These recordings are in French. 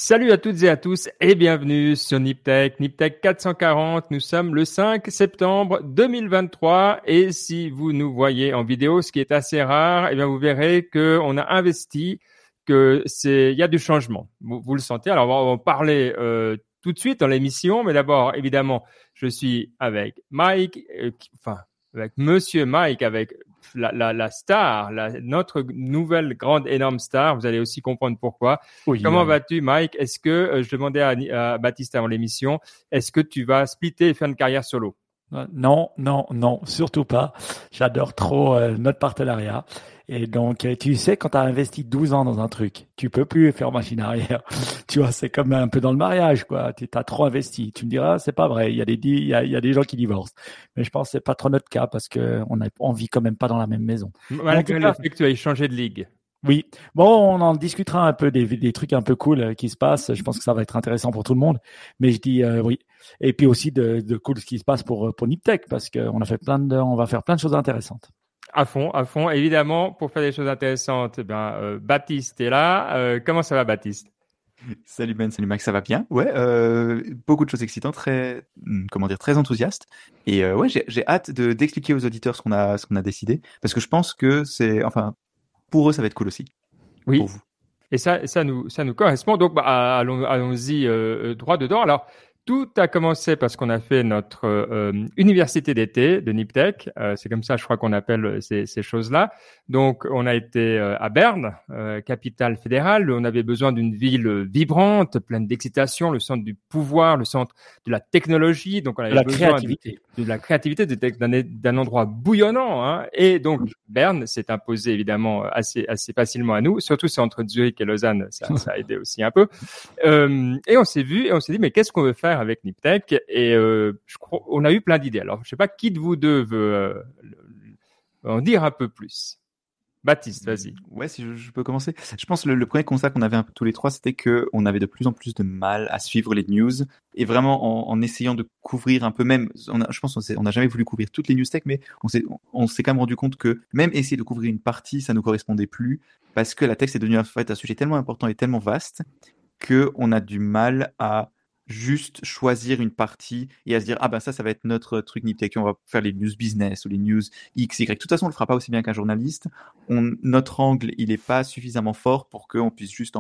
Salut à toutes et à tous et bienvenue sur Niptech 440. Nous sommes le 5 septembre 2023 et si vous nous voyez en vidéo, ce qui est assez rare, eh bien vous verrez que on a investi, il y a du changement. Vous le sentez. Alors on va en parler tout de suite dans l'émission, mais d'abord évidemment, je suis avec Mike, avec Monsieur Mike, avec la star, notre nouvelle grande énorme star. Vous allez aussi comprendre pourquoi. Oui, Comment vas-tu, Mike? Est-ce que je demandais à Baptiste avant l'émission, est-ce que tu vas splitter et faire une carrière solo? Non, surtout pas. J'adore trop notre partenariat. Et donc, tu sais, quand tu as investi 12 ans dans un truc, tu peux plus faire machine arrière. Tu vois, c'est comme un peu dans le mariage, quoi. Tu as trop investi. Tu me diras, c'est pas vrai. Il y a des gens qui divorcent. Mais je pense que c'est pas trop notre cas parce que on vit quand même pas dans la même maison. Malgré le fait que tu aies changé de ligue. Oui. Bon, on en discutera un peu des trucs un peu cool qui se passent. Je pense que ça va être intéressant pour tout le monde. Mais je dis oui. Et puis aussi de cool ce qui se passe pour Niptech parce qu'on on va faire plein de choses intéressantes. À fond. Évidemment, pour faire des choses intéressantes, Baptiste est là. Comment ça va, Baptiste? Salut Ben, salut Max, ça va bien? Ouais, beaucoup de choses excitantes, très enthousiaste. Et ouais, j'ai hâte d'expliquer aux auditeurs ce qu'on a décidé, parce que je pense que pour eux, ça va être cool aussi. Oui. Pour vous. Et ça nous correspond. Donc, allons-y droit dedans. Alors, tout a commencé parce qu'on a fait notre université d'été de Niptech. C'est comme ça, je crois qu'on appelle ces choses-là. Donc, on a été à Berne, capitale fédérale. On avait besoin d'une ville vibrante, pleine d'excitation, le centre du pouvoir, le centre de la technologie. Donc, on avait besoin de la créativité, d'un endroit bouillonnant. Hein. Et donc, Berne s'est imposé évidemment assez facilement à nous. Surtout, c'est entre Zurich et Lausanne, ça a aidé aussi un peu. Et on s'est vu et on s'est dit, mais qu'est-ce qu'on veut faire avec Niptech? Et je crois, on a eu plein d'idées. Alors, je sais pas qui de vous deux veut en dire un peu plus. Baptiste, vas-y. Ouais, si je peux commencer. Je pense que le premier constat qu'on avait un peu tous les trois, c'était que on avait de plus en plus de mal à suivre les news et vraiment en essayant de couvrir un peu même. Je pense qu'on n'a jamais voulu couvrir toutes les news tech, mais on s'est quand même rendu compte que même essayer de couvrir une partie, ça nous correspondait plus parce que la tech c'est devenu en fait un sujet tellement important et tellement vaste que on a du mal à juste choisir une partie et à se dire ça va être notre truc Niptech, on va faire les news business ou les news X, Y. De toute façon, on le fera pas aussi bien qu'un journaliste. Notre angle, il est pas suffisamment fort pour qu'on puisse juste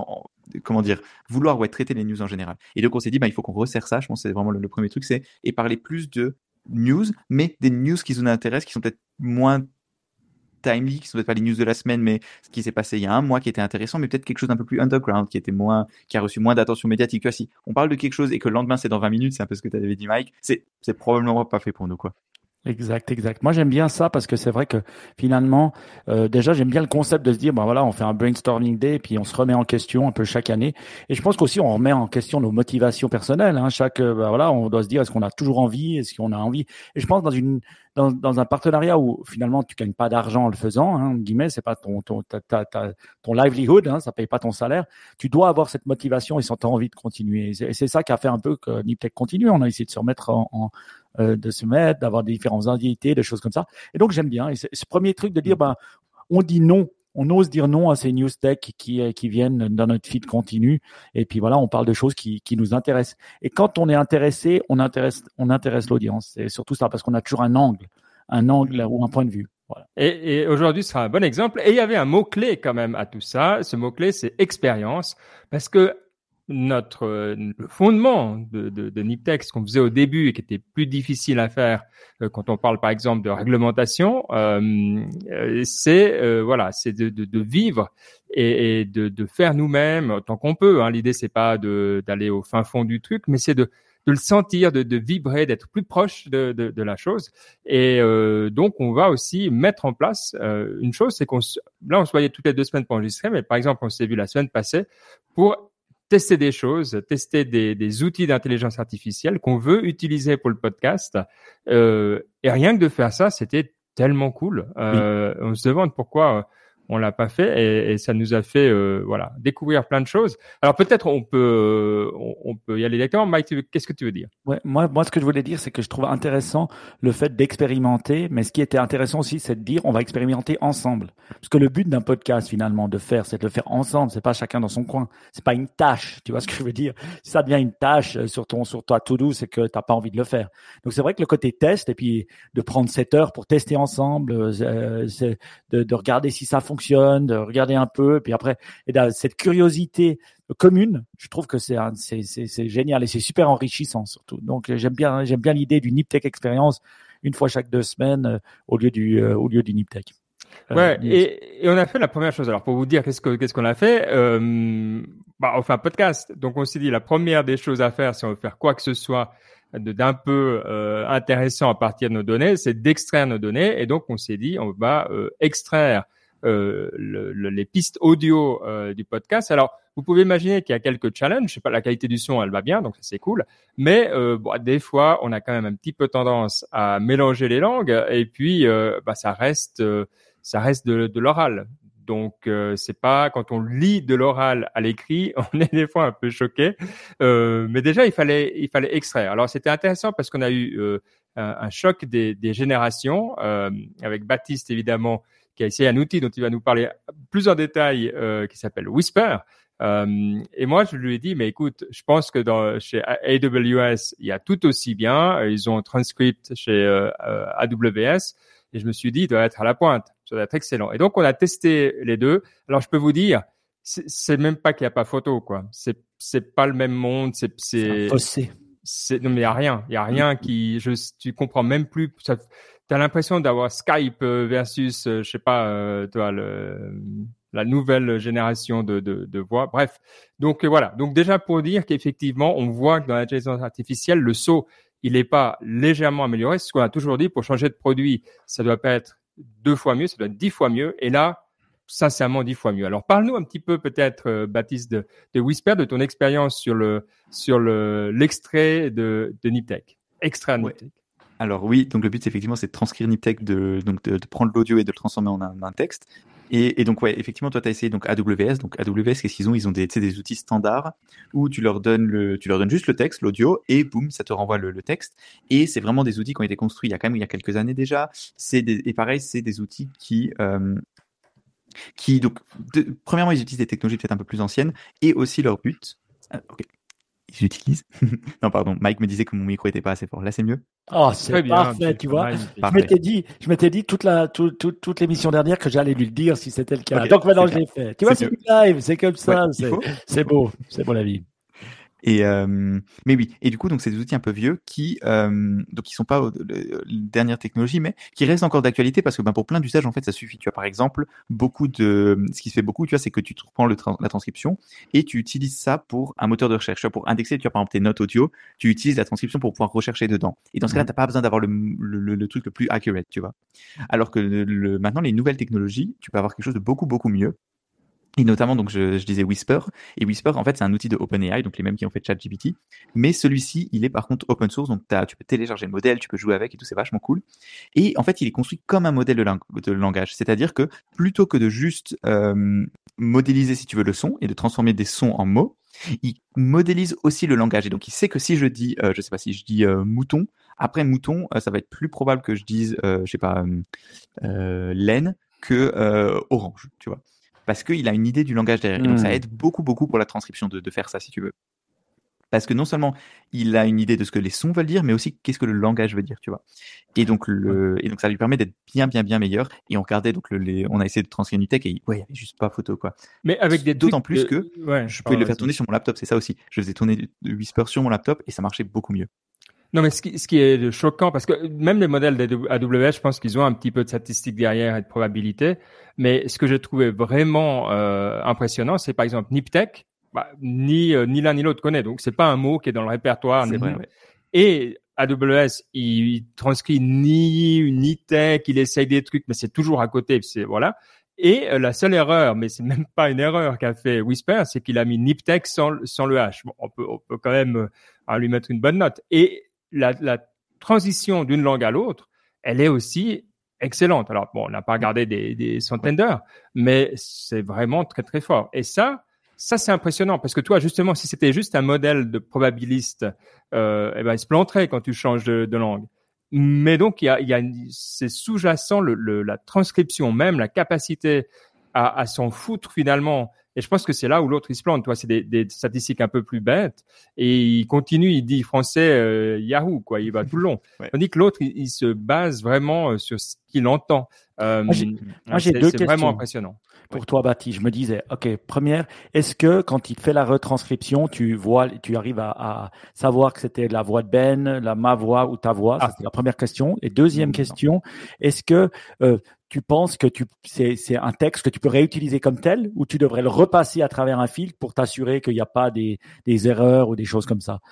vouloir traiter les news en général. Et donc on s'est dit il faut qu'on resserre ça. Je pense que c'est vraiment le premier truc, et parler plus de news, mais des news qui nous intéressent, qui sont peut-être moins timely, qui sont peut-être pas les news de la semaine, mais ce qui s'est passé il y a un mois qui était intéressant, mais peut-être quelque chose d'un peu plus underground, qui a reçu moins d'attention médiatique. Tu vois, si on parle de quelque chose et que le lendemain c'est dans 20 minutes, c'est un peu ce que tu avais dit, Mike, c'est probablement pas fait pour nous, quoi. Exact. Moi, j'aime bien ça parce que c'est vrai que finalement, déjà, j'aime bien le concept de se dire, on fait un brainstorming day, puis on se remet en question un peu chaque année. Et je pense qu'aussi, on remet en question nos motivations personnelles. Hein. On doit se dire, est-ce qu'on a toujours envie, est-ce qu'on a envie. Et je pense dans un partenariat où finalement tu gagnes pas d'argent en le faisant, hein, guillemets, c'est pas ton livelihood, hein, ça paye pas ton salaire. Tu dois avoir cette motivation et cette envie de continuer. Et c'est ça qui a fait un peu que Niptech continue. On a essayé de se remettre d'avoir des différentes invités, des choses comme ça. Et donc j'aime bien. Et ce premier truc de dire, on dit non. On ose dire non à ces news tech qui viennent dans notre feed continu. Et puis voilà, on parle de choses qui nous intéressent. Et quand on est intéressé, on intéresse l'audience. C'est surtout ça, parce qu'on a toujours un angle ou un point de vue. Voilà. Et aujourd'hui sera un bon exemple. Et il y avait un mot-clé quand même à tout ça. Ce mot-clé, c'est expérience. Parce que le fondement de Niptech, ce qu'on faisait au début et qui était plus difficile à faire quand on parle par exemple de réglementation, c'est de vivre et de faire nous-mêmes tant qu'on peut. Hein. L'idée c'est pas d'aller au fin fond du truc, mais c'est de le sentir, de vibrer, d'être plus proche de la chose. Et donc on va aussi mettre en place une chose, c'est là on se voyait toutes les 2 semaines pour enregistrer, mais par exemple on s'est vu la semaine passée pour tester des choses, tester des outils d'intelligence artificielle qu'on veut utiliser pour le podcast. Et rien que de faire ça, c'était tellement cool. On se demande pourquoi on l'a pas fait et ça nous a fait voilà découvrir plein de choses. Alors peut-être on peut y aller directement. Mike, qu'est-ce que tu veux dire? Ouais, moi, ce que je voulais dire, c'est que je trouve intéressant le fait d'expérimenter, mais ce qui était intéressant aussi, c'est de dire on va expérimenter ensemble. Parce que le but d'un podcast, finalement, c'est de le faire ensemble. C'est pas chacun dans son coin. C'est pas une tâche. Tu vois ce que je veux dire? Si ça devient une tâche sur ta to-do, c'est que t'as pas envie de le faire. Donc c'est vrai que le côté test et puis de prendre 7 heures pour tester ensemble, c'est de regarder si ça fonctionne, de regarder un peu, et puis après, cette curiosité commune, je trouve que c'est génial et c'est super enrichissant surtout. Donc j'aime bien l'idée du Niptech Experience une fois chaque 2 semaines au lieu du Niptech. Ouais, et on a fait la première chose. Alors pour vous dire qu'est-ce qu'on a fait, on fait un podcast. Donc on s'est dit la première des choses à faire si on veut faire quoi que ce soit d'un peu intéressant à partir de nos données, c'est d'extraire nos données. Et donc on s'est dit on va extraire les pistes audio du podcast. Alors vous pouvez imaginer qu'il y a quelques challenges. Je sais pas, la qualité du son, elle va bien, donc ça c'est cool. Mais des fois, on a quand même un petit peu tendance à mélanger les langues. Et puis, ça reste de l'oral. Donc c'est pas quand on lit de l'oral à l'écrit, on est des fois un peu choqué. Mais déjà il fallait extraire. Alors c'était intéressant parce qu'on a eu un choc des générations avec Baptiste évidemment qui a essayé un outil dont il va nous parler plus en détail qui s'appelle Whisper. Et moi je lui ai dit mais écoute, je pense que chez AWS il y a tout aussi bien. Ils ont Transcript chez AWS. Et je me suis dit, il doit être à la pointe. Ça doit être excellent. Et donc, on a testé les deux. Alors, je peux vous dire, c'est même pas qu'il n'y a pas photo, quoi. C'est pas le même monde. C'est un fossé. Non, mais il y a rien. Il y a rien tu comprends même plus. T'as l'impression d'avoir Skype versus, je sais pas, la nouvelle génération de voix. Bref. Donc, voilà. Donc, déjà, pour dire qu'effectivement, on voit que dans l'intelligence artificielle, le saut, il n'est pas légèrement amélioré. C'est ce qu'on a toujours dit. Pour changer de produit, ça doit pas être 2 fois mieux, ça doit être 10 fois mieux. Et là, sincèrement, 10 fois mieux. Alors, parle-nous un petit peu peut-être, Baptiste, de Whisper, de ton expérience sur l'extrait de Niptech. Extrait de Niptech. Alors oui, donc le but effectivement c'est de transcrire Niptech, de prendre l'audio et de le transformer en un texte. Et donc ouais, effectivement toi tu as essayé donc AWS. Donc AWS, qu'est-ce qu'ils ont? Ils ont des outils standards où tu leur donnes juste le texte, l'audio, et boum, ça te renvoie le texte. Et c'est vraiment des outils qui ont été construits il y a quelques années déjà. Et pareil, c'est des outils qui donc premièrement ils utilisent des technologies peut-être un peu plus anciennes, et aussi leur but. Ils utilisent. Non, pardon. Mike me disait que mon micro était pas assez fort. Là, c'est mieux. Oh, c'est parfait, tu vois. Je m'étais dit toute l'émission dernière que j'allais lui le dire si c'était le cas. Okay, donc maintenant, je l'ai fait. Tu vois, c'est du live, c'est comme ça. Ouais, c'est beau la vie. Mais oui, et du coup, donc c'est des outils un peu vieux qui sont pas dernière technologie, mais qui restent encore d'actualité parce que pour plein d'usages en fait ça suffit. Tu as par exemple ce qui se fait beaucoup, tu vois, c'est que tu prends la transcription et tu utilises ça pour un moteur de recherche. Tu vois, pour indexer, tu as par exemple tes notes audio, tu utilises la transcription pour pouvoir rechercher dedans. Et dans ce cas-là, t'as pas besoin d'avoir le truc le plus accurate, tu vois. Alors que maintenant les nouvelles technologies, tu peux avoir quelque chose de beaucoup mieux. Et notamment, donc, je disais Whisper. Et Whisper, en fait, c'est un outil de OpenAI, donc les mêmes qui ont fait ChatGPT. Mais celui-ci, il est par contre open source, donc tu peux télécharger le modèle, tu peux jouer avec et tout, c'est vachement cool. Et en fait, il est construit comme un modèle de langage. C'est-à-dire que plutôt que de juste modéliser, si tu veux, le son et de transformer des sons en mots, il modélise aussi le langage. Et donc, il sait que si je dis, je sais pas, si je dis mouton, après mouton, ça va être plus probable que je dise, je sais pas, laine que orange, tu vois. Parce qu'il a une idée du langage derrière. Et donc, ça aide beaucoup pour la transcription de faire ça, si tu veux. Parce que non seulement il a une idée de ce que les sons veulent dire, mais aussi qu'est-ce que le langage veut dire, tu vois. Et donc, ça lui permet d'être bien meilleur. Et on regardait, donc, on a essayé de transcrire Niptech et il y avait juste pas photo, quoi. Mais avec d'autant plus que je pouvais le faire tourner sur mon laptop, c'est ça aussi. Je faisais tourner Whisper sur mon laptop et ça marchait beaucoup mieux. Non, mais ce qui est choquant, parce que même les modèles d'AWS, je pense qu'ils ont un petit peu de statistiques derrière et de probabilité. Mais ce que j'ai trouvé vraiment impressionnant, c'est par exemple Niptech, ni l'un ni l'autre connaît. Donc, c'est pas un mot qui est dans le répertoire. C'est vrai, ouais. Et AWS, il transcrit ni tech, il essaye des trucs, mais c'est toujours à côté. Voilà. Et la seule erreur, mais c'est même pas une erreur qu'a fait Whisper, c'est qu'il a mis Niptech sans le H. Bon, on peut quand même lui mettre une bonne note. Et la transition d'une langue à l'autre, elle est aussi excellente. Alors bon, on n'a pas regardé des centaines d'heures, mais c'est vraiment très très fort. Et ça c'est impressionnant parce que toi, justement, si c'était juste un modèle de probabiliste, eh ben il se planterait quand tu changes de langue. Mais donc c'est sous-jacent la transcription même, la capacité à s'en foutre finalement. Et je pense que c'est là où l'autre il se plante. Toi, c'est des statistiques un peu plus bêtes. Et il continue, il dit français Yahoo, quoi. Il va tout le long. Ouais. Tandis que l'autre, il se base vraiment sur ce qu'il entend. Moi, j'ai deux c'est vraiment questions impressionnant. pour toi, Bapti. Je me disais, OK, première, est-ce que quand il te fait la retranscription, tu arrives à savoir que c'était la voix de Ben, ma voix ou ta voix? Ça, c'est la première question. Et deuxième question, est-ce que tu penses que c'est un texte que tu peux réutiliser comme tel ou tu devrais le repasser à travers un filtre pour t'assurer qu'il n'y a pas des erreurs ou des choses comme ça?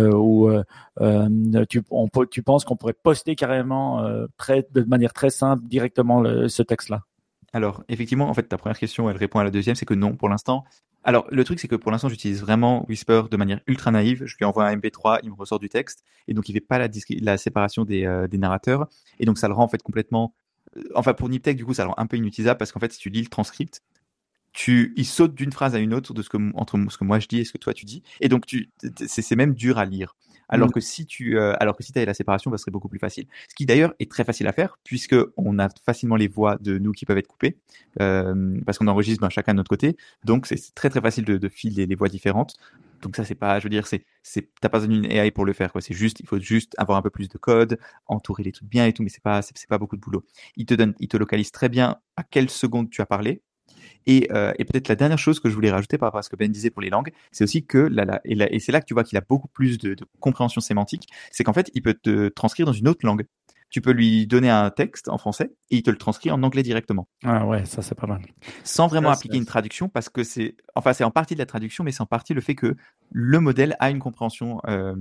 Tu penses qu'on pourrait poster carrément de manière très simple directement ce texte-là? Alors, effectivement, en fait, ta première question, elle répond à la deuxième, c'est que non, pour l'instant. Alors, le truc, c'est que pour l'instant, j'utilise vraiment Whisper de manière ultra naïve. Je lui envoie un MP3, il me ressort du texte, et donc il fait pas la séparation des narrateurs, et donc ça le rend en fait complètement. Enfin, pour Niptech, du coup, ça le rend un peu inutilisable parce qu'en fait, si tu lis le transcript, il saute d'une phrase à une autre entre ce que moi je dis et ce que toi tu dis, et donc c'est même dur à lire. Alors que si t'avais la séparation, ça serait beaucoup plus facile. Ce qui d'ailleurs est très facile à faire puisque on a facilement les voix de nous qui peuvent être coupées parce qu'on enregistre chacun de notre côté. Donc c'est très très facile de filer les voix différentes. Donc ça c'est pas, je veux dire, t'as pas besoin d'une AI pour le faire quoi. Il faut juste avoir un peu plus de code, entourer les trucs bien et tout, mais c'est pas beaucoup de boulot. Il te localise très bien à quelle seconde tu as parlé. Et peut-être la dernière chose que je voulais rajouter par rapport à ce que Ben disait pour les langues, c'est aussi que et c'est là que tu vois qu'il a beaucoup plus de compréhension sémantique, c'est qu'en fait, il peut te transcrire dans une autre langue. Tu peux lui donner un texte en français et il te le transcrit en anglais directement. Ah ouais, ça c'est pas mal. Sans vraiment appliquer une traduction parce que c'est en partie de la traduction, mais c'est en partie le fait que le modèle a une compréhension.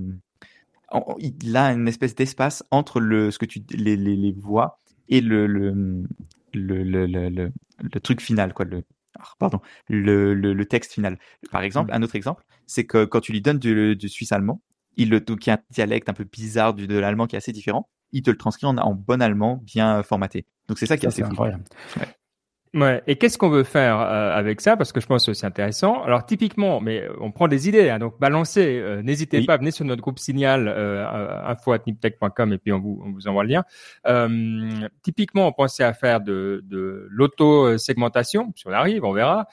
Il a une espèce d'espace entre les voix et le truc final, quoi. Le texte final. Par exemple, un autre exemple, c'est que quand tu lui donnes du suisse allemand, qui a un dialecte un peu bizarre de l'allemand qui est assez différent, il te le transcrit en bon allemand bien formaté. Donc c'est ça qui est assez fou. Incroyable. Ouais. Ouais. Et qu'est-ce qu'on veut faire avec ça? Parce que je pense que c'est intéressant. Alors typiquement, mais on prend des idées, hein, donc balancez. N'hésitez pas, venez sur notre groupe Signal info@niptech.com et puis on vous envoie le lien. Typiquement, on pensait à faire de l'auto-segmentation. Si on arrive, on verra.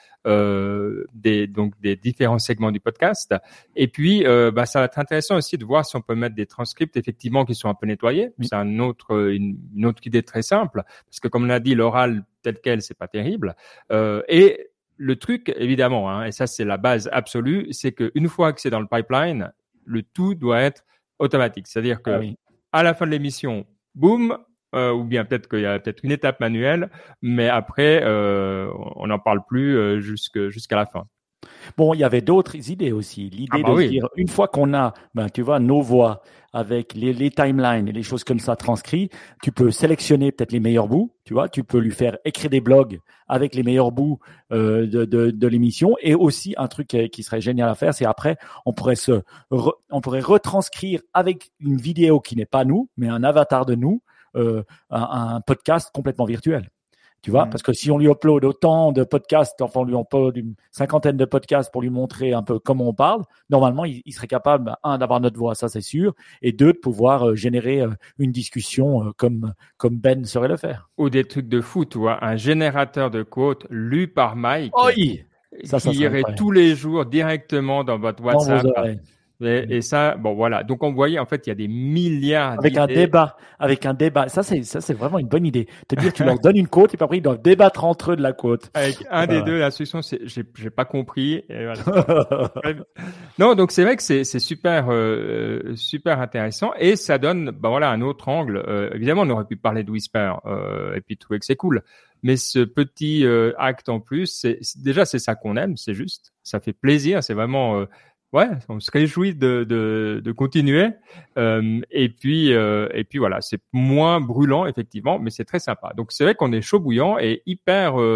Donc des différents segments du podcast. Et puis, ça va être intéressant aussi de voir si on peut mettre des transcripts effectivement qui sont un peu nettoyés. C'est une autre idée très simple parce que comme on a dit, l'oral tel quel, c'est pas terrible. Et le truc, évidemment, hein, et ça c'est la base absolue, c'est qu'une fois que c'est dans le pipeline, le tout doit être automatique. C'est-à-dire que à la fin de l'émission, boum, ou bien peut-être qu'il y a peut-être une étape manuelle, mais après on n'en parle plus jusqu'à la fin. Bon, il y avait d'autres idées aussi. L'idée de se dire, une fois qu'on a, tu vois, nos voix avec les timelines et les choses comme ça transcrits, tu peux sélectionner peut-être les meilleurs bouts, tu vois, tu peux lui faire écrire des blogs avec les meilleurs bouts de l'émission. Et aussi, un truc qui serait génial à faire, c'est après, on pourrait retranscrire avec une vidéo qui n'est pas nous, mais un avatar de nous, un podcast complètement virtuel. Tu vois, parce que si on lui upload autant de podcasts, enfin on lui upload une cinquantaine de podcasts pour lui montrer un peu comment on parle, normalement il serait capable, d'avoir notre voix, ça c'est sûr, et deux, de pouvoir générer une discussion comme Ben saurait le faire. Ou des trucs de fou, tu vois, un générateur de quotes lu par Mike, qui irait tous les jours directement dans votre WhatsApp. Dans vos oreilles. Et ça, bon voilà. Donc on voyait en fait il y a des milliards avec un débat. Ça c'est vraiment une bonne idée. Te dire tu leur donnes une quote et puis après ils doivent débattre entre eux de la quote. Avec un des deux, l'instruction c'est j'ai pas compris. Et voilà. Non, donc c'est vrai que c'est super super intéressant et ça donne un autre angle. Évidemment on aurait pu parler de Whisper et puis trouver que c'est cool. Mais ce petit acte en plus, c'est ça qu'on aime, c'est juste, ça fait plaisir, c'est vraiment on se réjouit de continuer. Et puis voilà, c'est moins brûlant effectivement, mais c'est très sympa. Donc c'est vrai qu'on est chaud bouillant et hyper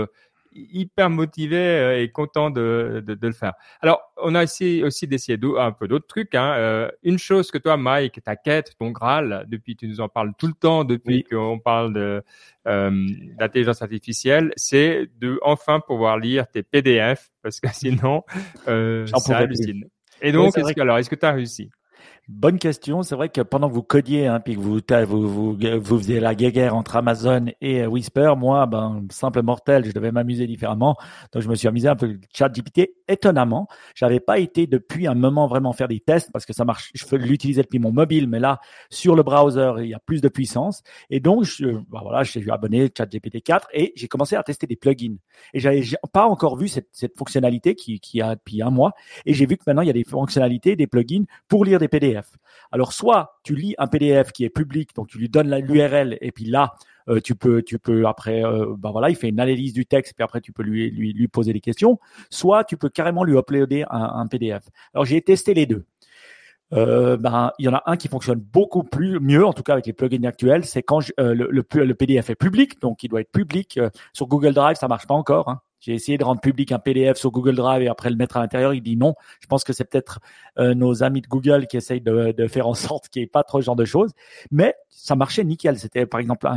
hyper motivé et content de le faire. Alors, on a aussi d'essayer un peu d'autres trucs. Une chose que toi, Mike, ta quête, ton Graal, tu nous en parles tout le temps depuis qu'on parle d'intelligence artificielle, c'est de enfin pouvoir lire tes PDF parce que sinon, ça hallucine. Et donc, est-ce que tu as réussi? Bonne question. C'est vrai que pendant que vous codiez, puis que vous faisiez la guéguerre entre Amazon et Whisper, moi, simple mortel, je devais m'amuser différemment. Donc, je me suis amusé un peu avec ChatGPT. Étonnamment, j'avais pas été depuis un moment vraiment faire des tests parce que ça marche. Je l'utilisais depuis mon mobile, mais là, sur le browser, il y a plus de puissance. Et donc, je suis abonné ChatGPT 4 et j'ai commencé à tester des plugins. Et j'avais pas encore vu cette fonctionnalité qui a depuis un mois. Et j'ai vu que maintenant, il y a des fonctionnalités, des plugins pour lire des PDF. Alors, soit tu lis un PDF qui est public, donc tu lui donnes l'URL et puis là, tu peux après, il fait une analyse du texte puis après tu peux lui poser des questions. Soit tu peux carrément lui uploader un PDF. Alors, j'ai testé les deux. Il y en a un qui fonctionne beaucoup mieux, en tout cas avec les plugins actuels, c'est quand le PDF est public, donc il doit être public. Sur Google Drive, ça marche pas encore. J'ai essayé de rendre public un PDF sur Google Drive et après le mettre à l'intérieur, il dit non. Je pense que c'est peut-être nos amis de Google qui essayent de faire en sorte qu'il n'y ait pas trop ce genre de choses. Mais ça marchait nickel. C'était par exemple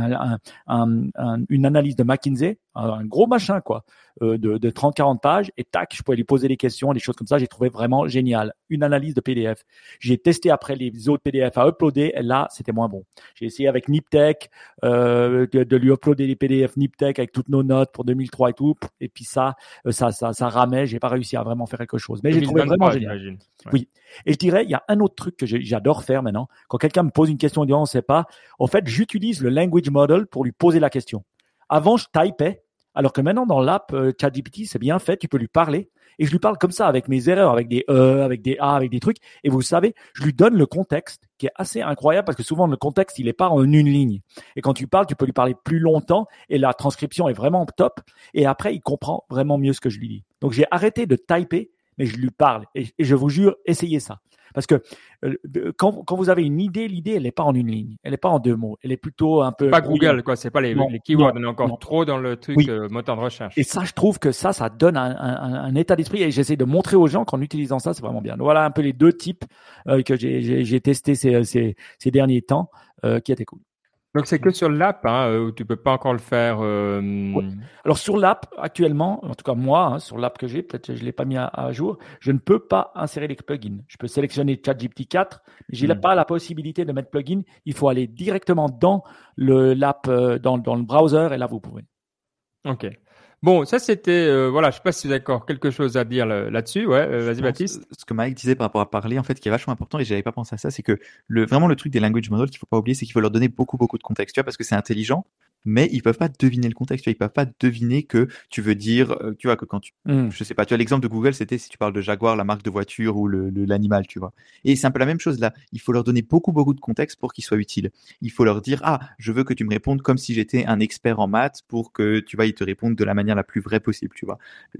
une analyse de McKinsey, un gros machin de 30-40 pages et tac, je pouvais lui poser des questions, des choses comme ça. J'ai trouvé vraiment génial. Une analyse de PDF. J'ai testé après les autres PDF à uploader et là, c'était moins bon. J'ai essayé avec Niptech de lui uploader les PDF Niptech avec toutes nos notes pour 2003 et tout. Et puis ça ramait. J'ai pas réussi à vraiment faire quelque chose. Mais j'ai trouvé vraiment génial. Ouais. Oui. Et je dirais, il y a un autre truc que j'adore faire maintenant. Quand quelqu'un me pose une question, on sait pas. En fait, j'utilise le language model pour lui poser la question. Avant, je typais. Alors que maintenant, dans l'app ChatGPT, c'est bien fait. Tu peux lui parler. Et je lui parle comme ça, avec mes erreurs, avec des avec des A, avec des trucs. Et vous savez, je lui donne le contexte, qui est assez incroyable parce que souvent, le contexte, il est pas en une ligne. Et quand tu parles, tu peux lui parler plus longtemps et la transcription est vraiment top. Et après, il comprend vraiment mieux ce que je lui dis. Donc, j'ai arrêté de typer, mais je lui parle. Et je vous jure, essayez ça. Parce que quand vous avez une idée, l'idée, elle n'est pas en une ligne. Elle n'est pas en deux mots. Elle est plutôt un peu... Pas Google, quoi. C'est pas les keywords. On est encore trop dans le truc moteur de recherche. Et ça, je trouve que ça donne un état d'esprit. Et j'essaie de montrer aux gens qu'en utilisant ça, c'est vraiment bien. Donc, voilà un peu les deux types que j'ai testés ces derniers temps qui étaient cool. Donc, c'est que sur l'app où tu peux pas encore le faire. Ouais. Alors, sur l'app, actuellement, en tout cas moi, sur l'app que j'ai, peut-être que je l'ai pas mis à jour, je ne peux pas insérer les plugins. Je peux sélectionner ChatGPT 4, mais j'ai pas la possibilité de mettre plugin. Il faut aller directement dans l'app, dans le browser, et là, vous pouvez. OK. Bon, ça c'était je sais pas si vous avez encore quelque chose à dire là-dessus. Ouais, vas-y Baptiste. Ce que Mike disait par rapport à parler, en fait, qui est vachement important et j'avais pas pensé à ça, c'est que vraiment le truc des language models qu'il faut pas oublier, c'est qu'il faut leur donner beaucoup de contexte, tu vois, parce que c'est intelligent, mais ils peuvent pas deviner le contexte, tu vois, ils peuvent pas deviner que tu veux dire, tu vois, que quand je sais pas, tu vois, l'exemple de Google, c'était si tu parles de Jaguar, la marque de voiture ou l'animal, tu vois. Et c'est un peu la même chose là. Il faut leur donner beaucoup de contexte pour qu'ils soient utiles. Il faut leur dire, je veux que tu me répondes comme si j'étais un expert en maths pour que, tu vois, ils te répondent de la manière la plus vraie possible, tu vois.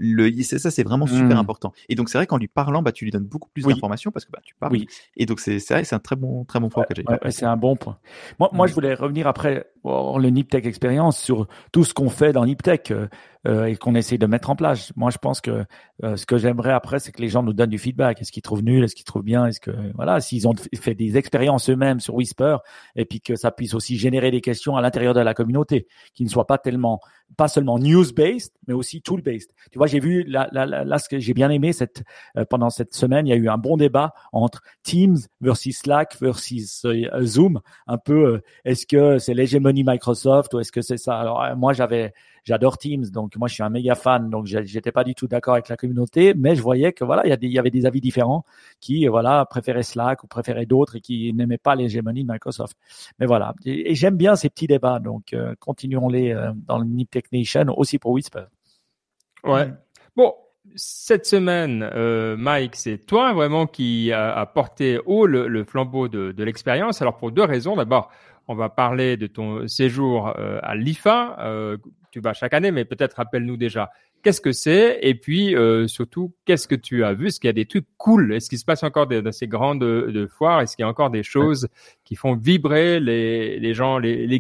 Ça, c'est vraiment super important. Et donc, c'est vrai qu'en lui parlant, tu lui donnes beaucoup plus d'informations parce que, tu parles. Oui. Et donc, c'est vrai, c'est un très bon point que j'ai. C'est un bon point. Moi, je voulais revenir après le Niptech expérience sur tout ce qu'on fait dans Niptech et qu'on essaie de mettre en place. Moi, je pense que ce que j'aimerais après, c'est que les gens nous donnent du feedback. Est-ce qu'ils trouvent nul? Est-ce qu'ils trouvent bien? Est-ce que s'ils ont fait des expériences eux-mêmes sur Whisper et puis que ça puisse aussi générer des questions à l'intérieur de la communauté, qui ne soient pas seulement news-based, mais aussi tool-based. Tu vois, j'ai vu là ce que j'ai bien aimé pendant cette semaine, il y a eu un bon débat entre Teams versus Slack versus Zoom. Un peu, est-ce que c'est l'hégémonie Microsoft ou est-ce que c'est ça? Alors moi, j'adore Teams, donc moi je suis un méga fan, donc j'étais pas du tout d'accord avec la communauté, mais je voyais que il y avait des avis différents qui préféraient Slack ou préféraient d'autres et qui n'aimaient pas l'hégémonie de Microsoft. Mais voilà, et j'aime bien ces petits débats, donc continuons-les dans le Niptech Nation aussi pour Whisper. Ouais. Bon, cette semaine, Mike, c'est toi vraiment qui a porté haut le flambeau de l'expérience. Alors pour deux raisons. D'abord, on va parler de ton séjour à l'IFA. Tu vas chaque année, mais peut-être rappelle-nous déjà qu'est-ce que c'est et puis surtout qu'est-ce que tu as vu. Est-ce qu'il y a des trucs cool? Est-ce qu'il se passe encore dans ces grandes foires? Est-ce qu'il y a encore des choses qui font vibrer les gens, les geeks?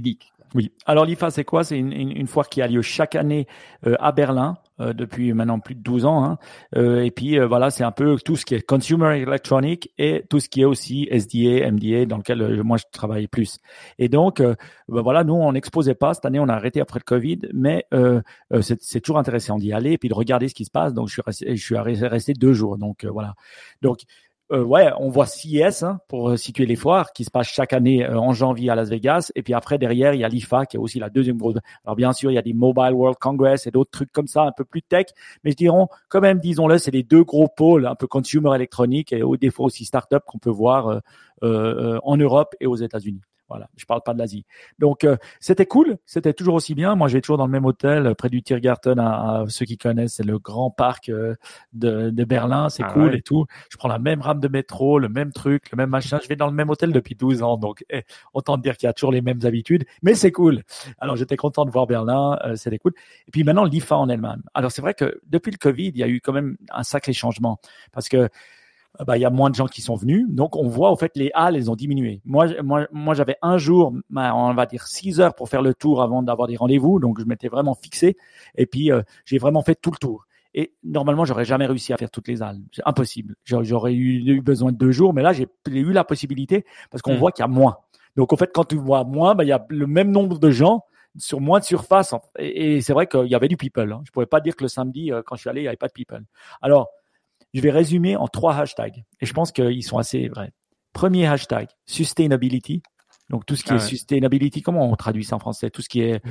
Oui. Alors l'IFA, c'est quoi? C'est une foire qui a lieu chaque année à Berlin depuis maintenant plus de 12 ans. Hein. Et puis voilà, c'est un peu tout ce qui est consumer electronic et tout ce qui est aussi SDA, MDA, dans lequel moi je travaille plus. Et donc voilà, nous on n'exposait pas cette année, on a arrêté après le Covid, mais c'est toujours intéressant d'y aller et puis de regarder ce qui se passe. Donc je suis resté 2 jours. Donc voilà. Donc ouais, on voit CES pour situer les foires qui se passent chaque année en janvier à Las Vegas. Et puis après, derrière, il y a l'IFA qui est aussi la deuxième grosse. Alors bien sûr, il y a des Mobile World Congress et d'autres trucs comme ça, un peu plus tech. Mais je dirais, quand même, disons-le, c'est les 2 gros pôles, un peu consumer électronique et des fois aussi start-up qu'on peut voir en Europe et aux États-Unis. Voilà, je parle pas de l'Asie. Donc c'était cool, c'était toujours aussi bien. Moi, je vais toujours dans le même hôtel près du Tiergarten. À ceux qui connaissent, c'est le grand parc de Berlin. C'est cool et tout. Je prends la même rame de métro, le même truc, le même machin. Je vais dans le même hôtel depuis 12 ans, donc autant dire qu'il y a toujours les mêmes habitudes. Mais c'est cool. Alors j'étais content de voir Berlin, c'était cool. Et puis maintenant l'IFA en elle-même. Alors c'est vrai que depuis le Covid, il y a eu quand même un sacré changement parce que il y a moins de gens qui sont venus. Donc, on voit, au fait, les halles, elles ont diminué. Moi, j'avais un jour, on va dire 6 heures pour faire le tour avant d'avoir des rendez-vous. Donc, je m'étais vraiment fixé. Et puis, j'ai vraiment fait tout le tour. Et normalement, j'aurais jamais réussi à faire toutes les halles. C'est impossible. J'aurais eu besoin de 2 jours. Mais là, j'ai eu la possibilité parce qu'on voit qu'il y a moins. Donc, au fait, quand tu vois moins, il y a le même nombre de gens sur moins de surface. Et c'est vrai qu'il y avait du people. Je pouvais pas dire que le samedi, quand je suis allé, il y avait pas de people. Alors, je vais résumer en 3 hashtags. Et je pense qu'ils sont assez vrais. Premier hashtag, sustainability. Donc, tout ce qui est sustainability, comment on traduit ça en français? Tout ce qui est…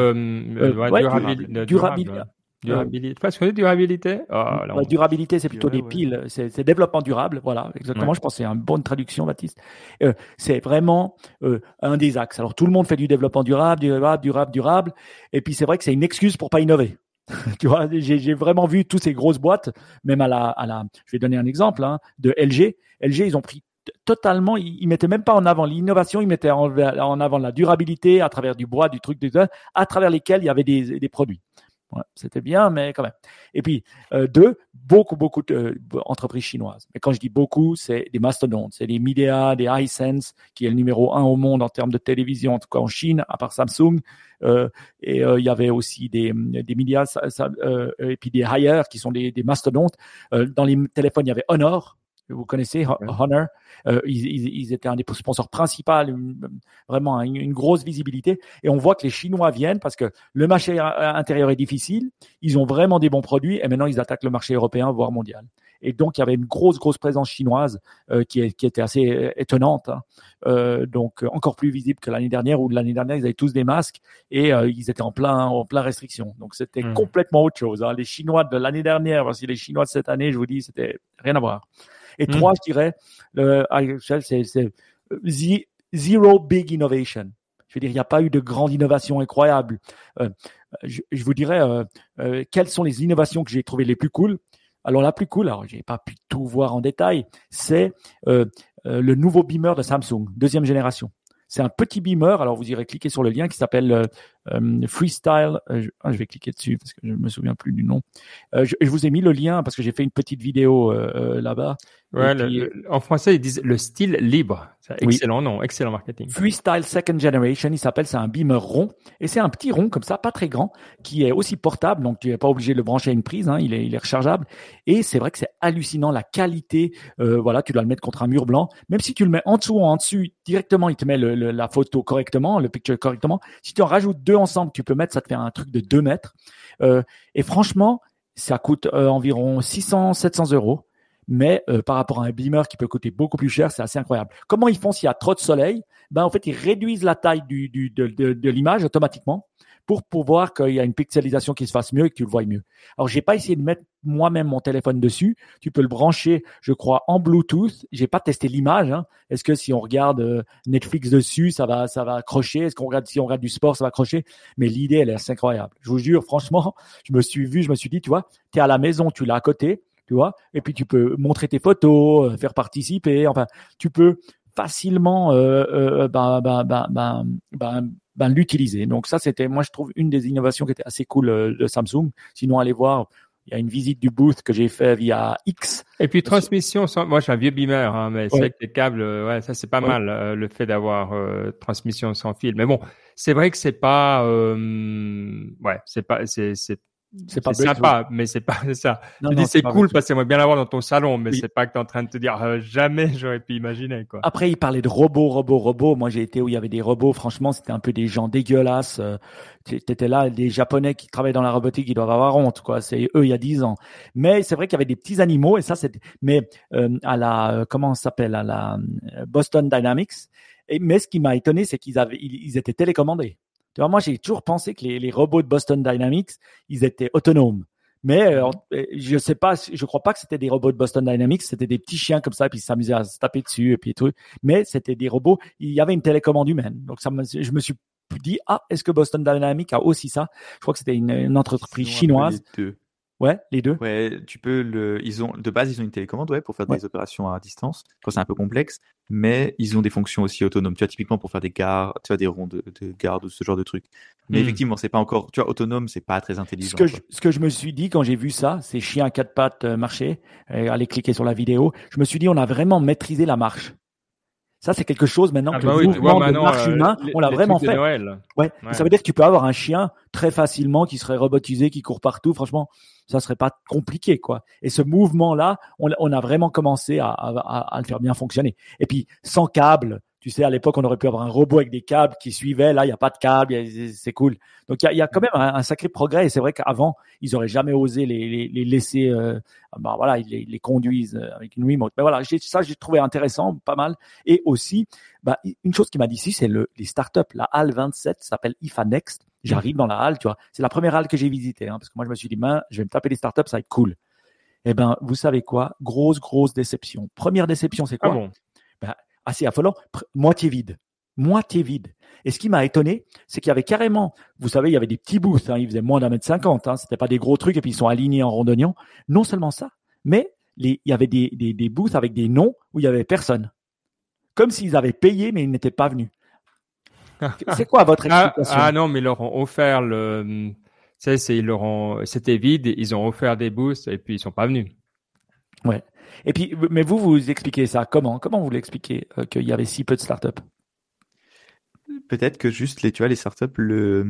Durabilité. Parce que durabilité. Durabilité, c'est plutôt des piles. C'est développement durable. Voilà, exactement. Ouais. Je pense que c'est une bonne traduction, Baptiste. C'est vraiment un des axes. Alors, tout le monde fait du développement durable. Et puis, c'est vrai que c'est une excuse pour pas innover. Tu vois, j'ai vraiment vu toutes ces grosses boîtes, même je vais donner un exemple de LG. LG, ils ont pris totalement, ils mettaient même pas en avant l'innovation, ils mettaient en avant la durabilité à travers du bois, du truc, à travers lesquels il y avait des produits. Ouais, c'était bien, mais quand même. Et puis, 2, beaucoup d'entreprises chinoises. Mais quand je dis beaucoup, c'est des mastodontes. C'est des Midea, des Hisense, qui est le numéro 1 au monde en termes de télévision, en tout cas en Chine, à part Samsung. Et il y avait aussi des Midea, et puis des Haier, qui sont des mastodontes. Dans les téléphones, il y avait Honor. Vous connaissez Honor, ils étaient un des sponsors principaux, vraiment une grosse visibilité. Et on voit que les Chinois viennent parce que le marché intérieur est difficile. Ils ont vraiment des bons produits et maintenant ils attaquent le marché européen, voire mondial. Et donc il y avait une grosse présence chinoise qui était assez étonnante. Donc encore plus visible que l'année dernière où l'année dernière ils avaient tous des masques et ils étaient en plein restriction. Donc c'était complètement autre chose. Les Chinois de l'année dernière versus les Chinois de cette année, je vous dis, c'était rien à voir. Et 3, je dirais, c'est zero big innovation. Je veux dire, il n'y a pas eu de grande innovation incroyable. Je vous dirais quelles sont les innovations que j'ai trouvées les plus cool. Alors la plus cool, alors j'ai pas pu tout voir en détail, c'est le nouveau beamer de Samsung, 2e génération. C'est un petit beamer. Alors, vous irez cliquer sur le lien qui s'appelle Freestyle. Je vais cliquer dessus parce que je me souviens plus du nom. Je vous ai mis le lien parce que j'ai fait une petite vidéo là-bas. Ouais, en français, ils disent le style libre. C'est excellent nom, excellent marketing. Freestyle Second Generation, il s'appelle, c'est un beamer rond. Et c'est un petit rond comme ça, pas très grand, qui est aussi portable. Donc, tu n'es pas obligé de le brancher à une prise. Il est rechargeable. Et c'est vrai que c'est hallucinant la qualité. Voilà, tu dois le mettre contre un mur blanc. Même si tu le mets en dessous ou en dessus, directement, il te met la photo correctement, le picture correctement. Si tu en rajoutes 2 ensemble, tu peux mettre, ça te fait un truc de 2 mètres. Et franchement, ça coûte environ 600-700 euros. Mais par rapport à un beamer qui peut coûter beaucoup plus cher, c'est assez incroyable. Comment ils font s'il y a trop de soleil? En fait, ils réduisent la taille de l'image automatiquement pour pouvoir qu'il y a une pixelisation qui se fasse mieux et que tu le vois mieux. Alors, j'ai pas essayé de mettre moi-même mon téléphone dessus. Tu peux le brancher, je crois, en Bluetooth. J'ai pas testé l'image. Est-ce que si on regarde Netflix dessus, ça va accrocher? Est-ce si on regarde du sport, ça va accrocher? Mais l'idée, elle est assez incroyable. Je vous jure, franchement, je me suis dit, tu vois, tu es à la maison, tu l'as à côté. Tu vois, et puis tu peux montrer tes photos, faire participer. Enfin, tu peux facilement l'utiliser. Donc ça, c'était, moi, je trouve une des innovations qui était assez cool de Samsung. Sinon, allez voir. Il y a une visite du booth que j'ai fait via X. Et puis transmission, moi j'ai un vieux beamer, mais c'est vrai que les câbles, ça c'est pas mal le fait d'avoir transmission sans fil. Mais bon, c'est vrai que c'est pas, c'est pas sympa, mais c'est pas c'est ça. Non, Tu non, dis c'est pas cool breakthrough. parce que j'aimerais bien l'avoir dans ton salon, mais Oui. c'est pas que t'es en train de te dire jamais j'aurais pu imaginer quoi. Après, il parlait de robots. Moi, j'ai été où il y avait des robots. Franchement, c'était un peu des gens dégueulasses. T'étais là, des Japonais qui travaillent dans la robotique, ils doivent avoir honte, quoi. C'est eux il y a 10 ans. Mais c'est vrai qu'il y avait des petits animaux et ça, c'était. Mais à la comment ça s'appelle à la Boston Dynamics. Mais ce qui m'a étonné, c'est ils étaient télécommandés. Tu vois, moi, j'ai toujours pensé que les robots de Boston Dynamics, ils étaient autonomes. Mais je sais pas, je crois pas que c'était des robots de Boston Dynamics, c'était des petits chiens comme ça, puis ils s'amusaient à se taper dessus et puis tout. Mais c'était des robots. Il y avait une télécommande humaine. Donc je me suis dit, est-ce que Boston Dynamics a aussi ça? Je crois que c'était une entreprise chinoise. Les deux. Ouais, les deux. Ouais, de base, ils ont une télécommande, pour faire Ouais. des opérations à distance, quand c'est un peu complexe, mais ils ont des fonctions aussi autonomes. Tu vois, typiquement pour faire des gares, tu vois, des ronds de garde ou ce genre de trucs. Mais effectivement, c'est pas encore, tu vois, autonome, c'est pas très intelligent. Ce que je me suis dit quand j'ai vu ça, ces chiens à quatre pattes marcher, aller cliquer sur la vidéo, je me suis dit, on a vraiment maîtrisé la marche. Ça, c'est quelque chose maintenant que le mouvement de marche humain, on l'a vraiment fait. Ouais. Ça veut dire que tu peux avoir un chien très facilement qui serait robotisé, qui court partout. Franchement, ça serait pas compliqué, quoi. Et ce mouvement-là, on a vraiment commencé à le faire bien fonctionner. Et puis, sans câble, tu sais, à l'époque, on aurait pu avoir un robot avec des câbles qui suivaient. Là, il n'y a pas de câble, c'est cool. Donc, il y a quand même un sacré progrès. Et c'est vrai qu'avant, ils auraient jamais osé les laisser, ils les conduisent avec une remote. Mais voilà, j'ai trouvé intéressant, pas mal. Et aussi, une chose qui m'a dit ici, c'est les startups. La halle 27 s'appelle IFA Next. J'arrive dans la halle, tu vois. C'est la première halle que j'ai visitée, parce que moi, je me suis dit, je vais me taper les startups, ça va être cool. Eh ben, vous savez quoi? Grosse déception. Première déception, c'est quoi? Ah bon? Assez affolant, moitié vide. Et ce qui m'a étonné, c'est qu'il y avait carrément, vous savez, il y avait des petits booths, ils faisaient moins d'1,50 m, c'était pas des gros trucs, et puis ils sont alignés en rondognon. Non seulement ça, mais il y avait des booths avec des noms où il y avait personne. Comme s'ils avaient payé, mais ils n'étaient pas venus. C'est quoi votre explication? Ah non, mais ils leur ont offert c'était vide, ils ont offert des booths, et puis ils sont pas venus. Ouais. Et puis, mais vous expliquez ça comment? Comment vous l'expliquez qu'il y avait si peu de startups? Peut-être que juste les startups, tu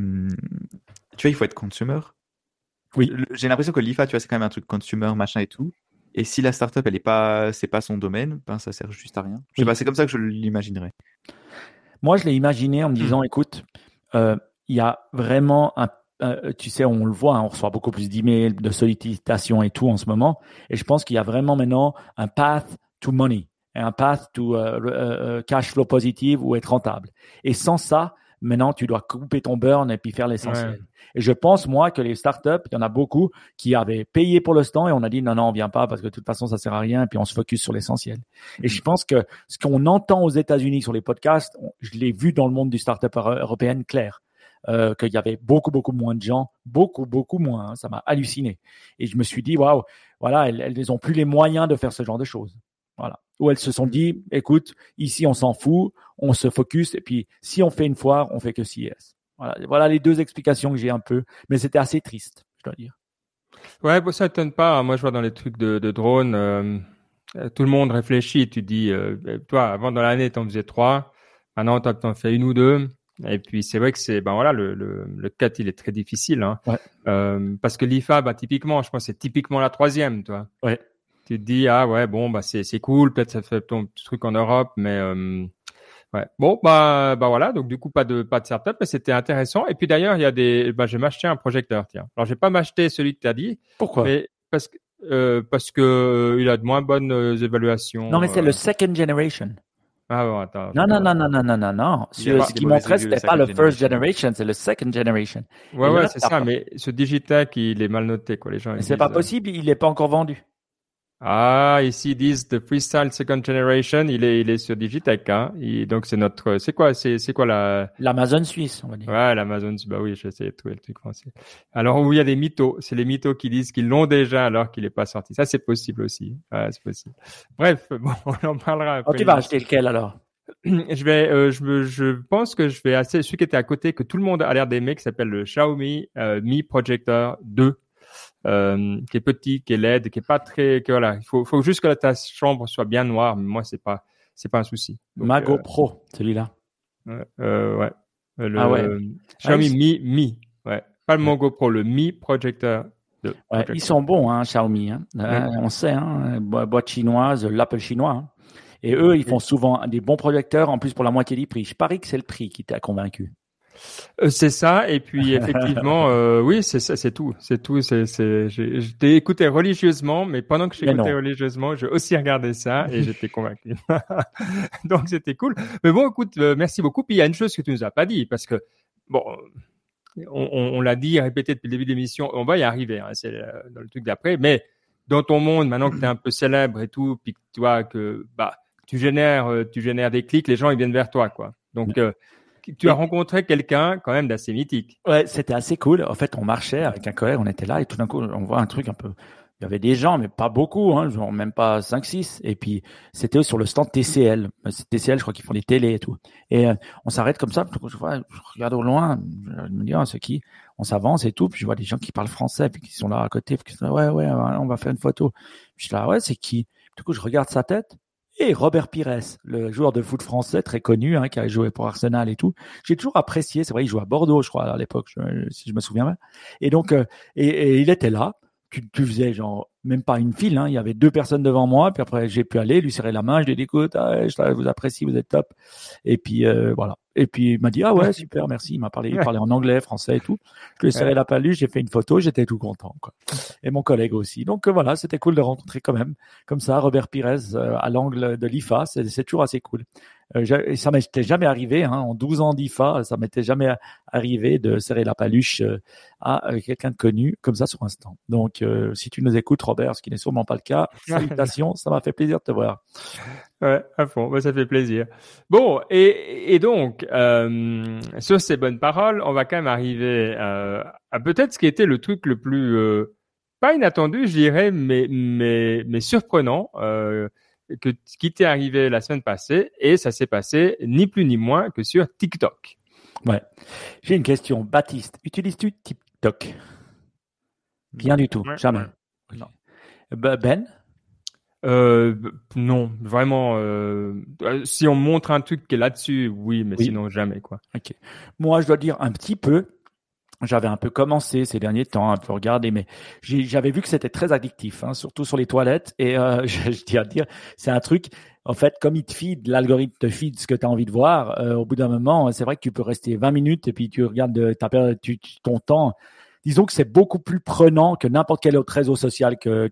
vois, il faut être consumer. Oui. J'ai l'impression que l'IFA, tu vois, c'est quand même un truc consumer, machin et tout. Et si la startup, c'est pas son domaine, ça sert juste à rien. Je sais pas, c'est comme ça que je l'imaginerais. Moi, je l'ai imaginé en me disant, écoute, il y a vraiment tu sais, on le voit, on reçoit beaucoup plus d'emails, de sollicitations et tout en ce moment. Et je pense qu'il y a vraiment maintenant un path to money, un path to cash flow positive ou être rentable. Et sans ça, maintenant, tu dois couper ton burn et puis faire l'essentiel. Ouais. Et je pense, moi, que les startups, il y en a beaucoup qui avaient payé pour le stand et on a dit non, on vient pas parce que de toute façon, ça sert à rien et puis on se focus sur l'essentiel. Et je pense que ce qu'on entend aux États-Unis sur les podcasts, je l'ai vu dans le monde du startup européenne clair. Qu'il y avait beaucoup moins de gens, beaucoup moins. Ça m'a halluciné. Et je me suis dit, waouh, voilà, elles n'ont plus les moyens de faire ce genre de choses. Voilà. Où elles se sont dit, écoute, ici on s'en fout, on se focus, et puis si on fait une foire, on fait que CES. Voilà les deux explications que j'ai un peu, mais c'était assez triste, je dois dire. Ouais, bon, ça étonne pas. Moi, je vois dans les trucs de drones, tout le monde réfléchit. Tu dis, toi, avant dans l'année, t'en faisais 3, maintenant t'en fais 1 ou 2. Et puis c'est vrai que le 4 il est très difficile, Ouais. Parce que l'IFA, typiquement, je pense que c'est typiquement la 3e, toi. Ouais. Tu te dis c'est cool, peut-être ça fait ton truc en Europe, mais ouais. Bon voilà, donc du coup pas de startup, mais c'était intéressant. Et puis d'ailleurs il y a je vais m'acheter un projecteur, tiens. Alors je vais pas m'acheter celui que tu as dit. Pourquoi? Mais parce que il a de moins bonnes évaluations. Non mais c'est le second generation. Ah bon, attends. Non. Ce qui montrait, c'était pas le first generation, c'est le second generation. Ouais, c'est ça, mais ce Digitech, il est mal noté, quoi, les gens. Mais c'est pas possible, il est pas encore vendu. Ah, ici, ils disent the Freestyle second generation, il est sur Digitech, donc c'est c'est quoi l'Amazon suisse, on va dire. Ouais, l'Amazon, oui, j'essaie de trouver le truc français. Alors, où il y a des mythos, c'est les mythos qui disent qu'ils l'ont déjà alors qu'il est pas sorti. Ça, c'est possible aussi. Ouais, c'est possible. Bref, bon, on en parlera après. Tu vas acheter lequel alors? Je pense que je vais acheter celui qui était à côté, que tout le monde a l'air d'aimer, qui s'appelle le Xiaomi Mi Projector 2. Qui est petit, qui est LED, qui est pas très, voilà. Il faut juste que ta chambre soit bien noire, mais moi, c'est pas un souci. Donc, Mago Pro, celui-là. Ouais. Le Xiaomi Mi. Ouais. Pas le Mango Pro, le Mi Projector. Ouais, ils sont bons, hein, Xiaomi. Hein. On sait, hein, boîte chinoise, l'Apple chinois. Hein. Et eux, ils font souvent des bons projecteurs, en plus pour la moitié du prix. Je parie que c'est le prix qui t'a convaincu. C'est ça, et puis effectivement, oui, c'est ça, c'est tout. Je t'ai écouté religieusement, mais pendant que j'écoutais religieusement, j'ai aussi regardé ça et j'étais convaincu. Donc c'était cool. Mais bon, écoute, merci beaucoup. Puis il y a une chose que tu nous as pas dit, parce que bon, on l'a dit, répété depuis le début de l'émission, on va y arriver. Hein, c'est dans le truc d'après, mais dans ton monde, maintenant que tu es un peu célèbre et tout, puis que tu vois que tu génères des clics, les gens ils viennent vers toi, quoi. Donc tu as rencontré quelqu'un quand même d'assez mythique. Ouais, c'était assez cool. En fait, on marchait avec un collègue, on était là et tout d'un coup, on voit un truc un peu. Il y avait des gens, mais pas beaucoup, hein, genre même pas 5-6. Et puis, c'était sur le stand TCL. TCL, je crois qu'ils font des télés et tout. Et on s'arrête comme ça. Je regarde au loin. Je me dis, c'est qui? On s'avance et tout. Puis je vois des gens qui parlent français, puis qui sont là à côté. Puis qui sont là, ouais, on va faire une photo. Puis je suis là, ouais, c'est qui? Du coup, je regarde sa tête. Et Robert Pires, le joueur de foot français très connu, hein, qui a joué pour Arsenal et tout. J'ai toujours apprécié. C'est vrai, il jouait à Bordeaux, je crois, à l'époque, si je me souviens bien. Et donc, et il était là. Tu faisais genre même pas une file, hein. Il y avait 2 personnes devant moi, puis après j'ai pu aller lui serrer la main, je lui ai dit écoute, je vous apprécie, vous êtes top. Et puis voilà. Et puis il m'a dit ah ouais super merci. Il parlait en anglais, français et tout. Je lui ai serré la paluche, j'ai fait une photo, j'étais tout content quoi. Et mon collègue aussi. Donc voilà, c'était cool de rencontrer quand même comme ça Robert Pires à l'angle de l'IFA, c'est toujours assez cool. Ça m'était jamais arrivé, hein, en 12 ans d'IFA, ça m'était jamais arrivé de serrer la paluche à quelqu'un de connu comme ça sur un stand. Donc, si tu nous écoutes, Robert, ce qui n'est sûrement pas le cas, salutations, ça m'a fait plaisir de te voir. Ouais, à fond, ça fait plaisir. Bon, et donc, sur ces bonnes paroles, on va quand même arriver à peut-être ce qui était le truc le plus, pas inattendu, je dirais, mais surprenant, qui t'est arrivé la semaine passée, et ça s'est passé ni plus ni moins que sur TikTok. Ouais. J'ai une question. Baptiste, utilises-tu TikTok? Rien du tout. Jamais. Ouais. Non. Ben? Non, vraiment. Si on montre un truc qui est là-dessus, oui, mais sinon jamais, quoi. Ok. Moi, je dois dire un petit peu. J'avais un peu commencé ces derniers temps, un peu regardé, mais j'avais vu que c'était très addictif, hein, surtout sur les toilettes. Et je tiens à dire, c'est un truc, en fait, comme il te feed, l'algorithme te feed ce que tu as envie de voir, au bout d'un moment, c'est vrai que tu peux rester 20 minutes et puis tu regardes ton temps. Disons que c'est beaucoup plus prenant que n'importe quel autre réseau social que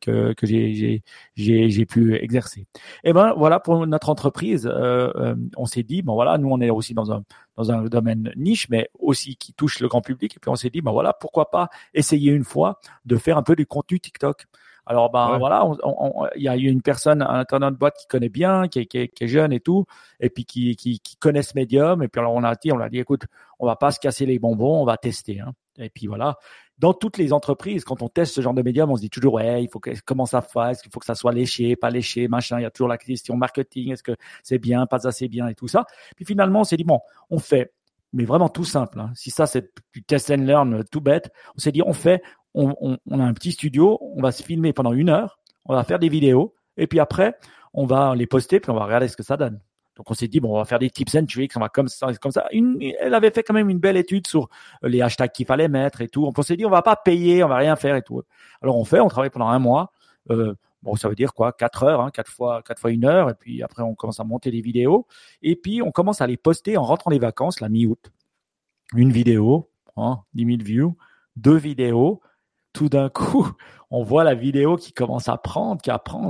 j'ai pu exercer. Et ben voilà, pour notre entreprise, on s'est dit bon voilà, nous on est aussi dans un domaine niche, mais aussi qui touche le grand public. Et puis on s'est dit ben voilà, pourquoi pas essayer une fois de faire un peu du contenu TikTok. Alors voilà, il y a eu une personne à l'intérieur de notre boîte qui connaît bien, qui est jeune et tout, et puis qui connaît ce médium. Et puis alors on l'a dit écoute, on va pas se casser les bonbons, on va tester. Hein. Et puis voilà, dans toutes les entreprises, quand on teste ce genre de médium, on se dit toujours ouais, il faut comment ça fasse, il faut que ça soit léché, pas léché, machin. Il y a toujours la question marketing, est-ce que c'est bien, pas assez bien et tout ça. Puis finalement, on s'est dit bon, on fait, mais vraiment tout simple. Hein. Si ça c'est du test and learn tout bête, on s'est dit on a un petit studio, on va se filmer pendant 1 heure, on va faire des vidéos et puis après on va les poster puis on va regarder ce que ça donne. Donc on s'est dit bon, on va faire des tips and tricks, on va comme ça. Elle avait fait quand même une belle étude sur les hashtags qu'il fallait mettre et tout. On s'est dit on va pas payer, on va rien faire et tout. Alors on travaille pendant 1 mois. Bon, ça veut dire quoi, 4 heures, hein, 4 fois 1 heure, et puis après on commence à monter les vidéos et puis on commence à les poster en rentrant des vacances la mi-août. Une vidéo, 10 000 views, 2 vidéos. Tout d'un coup, on voit la vidéo qui commence à prendre.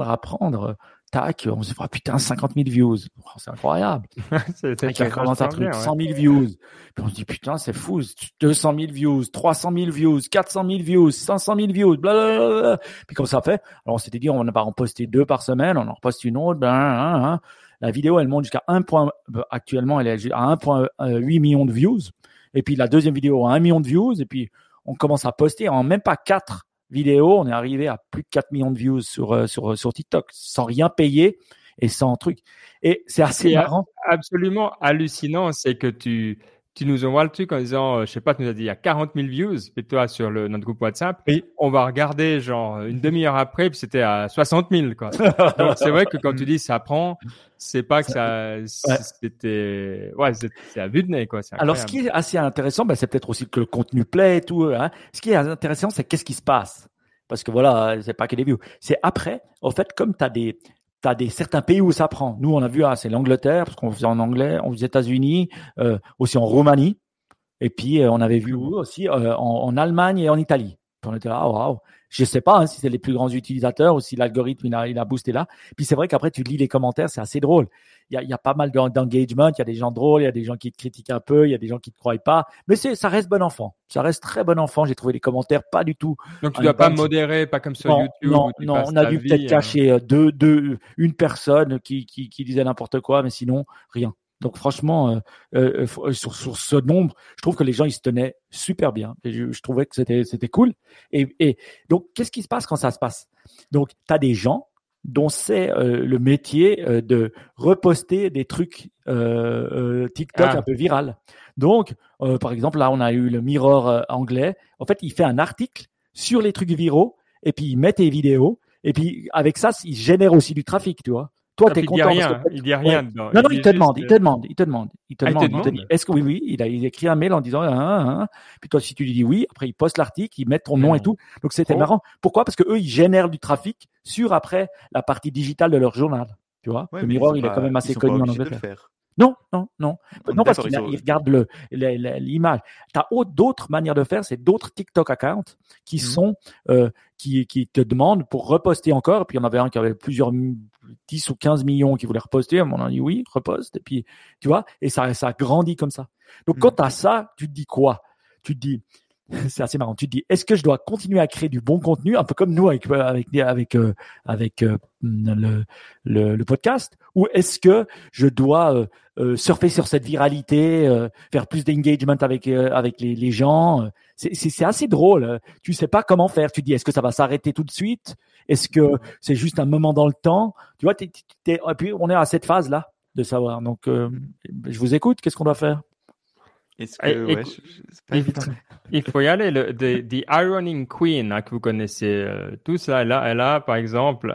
Tac, on se dit, putain, 50 000 views. C'est incroyable. Qui commence un truc, 100 000 views. Puis on se dit, putain, c'est fou. 200 000 views, 300 000 views, 400 000 views, 500 000 views, blablabla. Puis comme ça fait. Alors on s'était dit, on va en poster 2 par semaine, on en reposte une autre. La vidéo, elle monte jusqu'à actuellement, elle est à 1,8 million de views. Et puis la deuxième vidéo a 1 million de views. Et puis on commence à poster en même pas 4 vidéos. On est arrivé à plus de 4 millions de views sur TikTok sans rien payer et sans truc. Et c'est assez marrant. Absolument hallucinant, c'est que tu tu nous envoies le truc en disant, je sais pas, tu nous as dit il y a 40 000 views, et toi sur notre groupe WhatsApp, Oui. on va regarder genre une demi-heure après, puis c'était à 60 000 quoi. Donc c'est vrai que quand tu dis ça prend, c'est pas que c'était, c'est à vue de nez quoi. C'est Alors, ce qui est assez intéressant, c'est peut-être aussi que le contenu plaît et tout. Hein. Ce qui est intéressant, c'est qu'est-ce qui se passe. Parce que voilà, c'est pas que des views. C'est après, en fait, comme t'as des certains pays où ça prend. Nous, on a vu, c'est l'Angleterre, parce qu'on faisait en anglais, aux États-Unis, aussi en Roumanie. Et puis, on avait vu aussi en Allemagne et en Italie. Puis on était là, waouh. Je sais pas si c'est les plus grands utilisateurs ou si l'algorithme il a boosté là. Puis c'est vrai qu'après tu lis les commentaires, c'est assez drôle. Il y a pas mal d'engagement, il y a des gens drôles, il y a des gens qui te critiquent un peu, il y a des gens qui te croient pas. Mais ça reste bon enfant. Ça reste très bon enfant. J'ai trouvé les commentaires pas du tout. Donc tu dois pas modérer, pas comme sur YouTube. Non, on a dû peut-être cacher une personne qui disait n'importe quoi, mais sinon rien. Donc franchement, sur ce nombre, je trouve que les gens ils se tenaient super bien. Et je trouvais que c'était cool. Et donc qu'est-ce qui se passe quand ça se passe? Donc tu as des gens dont c'est le métier de reposter des trucs TikTok un peu viral. Donc par exemple là on a eu le Mirror anglais. En fait il fait un article sur les trucs viraux et puis il met tes vidéos et puis avec ça il génère aussi du trafic, tu vois. Toi, t'es content. Il dit rien dedans. Non, il te demande. Est-ce que oui, il écrit un mail en disant, puis toi, si tu lui dis oui, après, il poste l'article, il met ton nom et tout. Donc, c'était marrant. Pourquoi? Parce que eux, ils génèrent du trafic sur après la partie digitale de leur journal. Tu vois? Le Mirror, il est quand même assez connu en Angleterre. Non, parce qu'il regarde l'image. T'as d'autres manières de faire, c'est d'autres TikTok accounts qui sont, qui te demandent pour reposter encore. Et puis, il y en avait un qui avait plusieurs 10 ou 15 millions qui voulaient reposter. On a dit oui, reposte. Et puis, tu vois, et ça grandit comme ça. Donc, quand t'as ça, tu te dis quoi? Tu te dis, c'est assez marrant. Tu te dis, est-ce que je dois continuer à créer du bon contenu, un peu comme nous avec le podcast, ou est-ce que je dois surfer sur cette viralité, faire plus d'engagement avec les gens? C'est assez drôle. Tu sais pas comment faire. Tu te dis, est-ce que ça va s'arrêter tout de suite? Est-ce que c'est juste un moment dans le temps? Tu vois, et puis on est à cette phase là de savoir. Donc, je vous écoute. Qu'est-ce qu'on doit faire? Est-ce que c'est pas évident. Il faut y aller. The Ironing Queen, que vous connaissez tous, elle a par exemple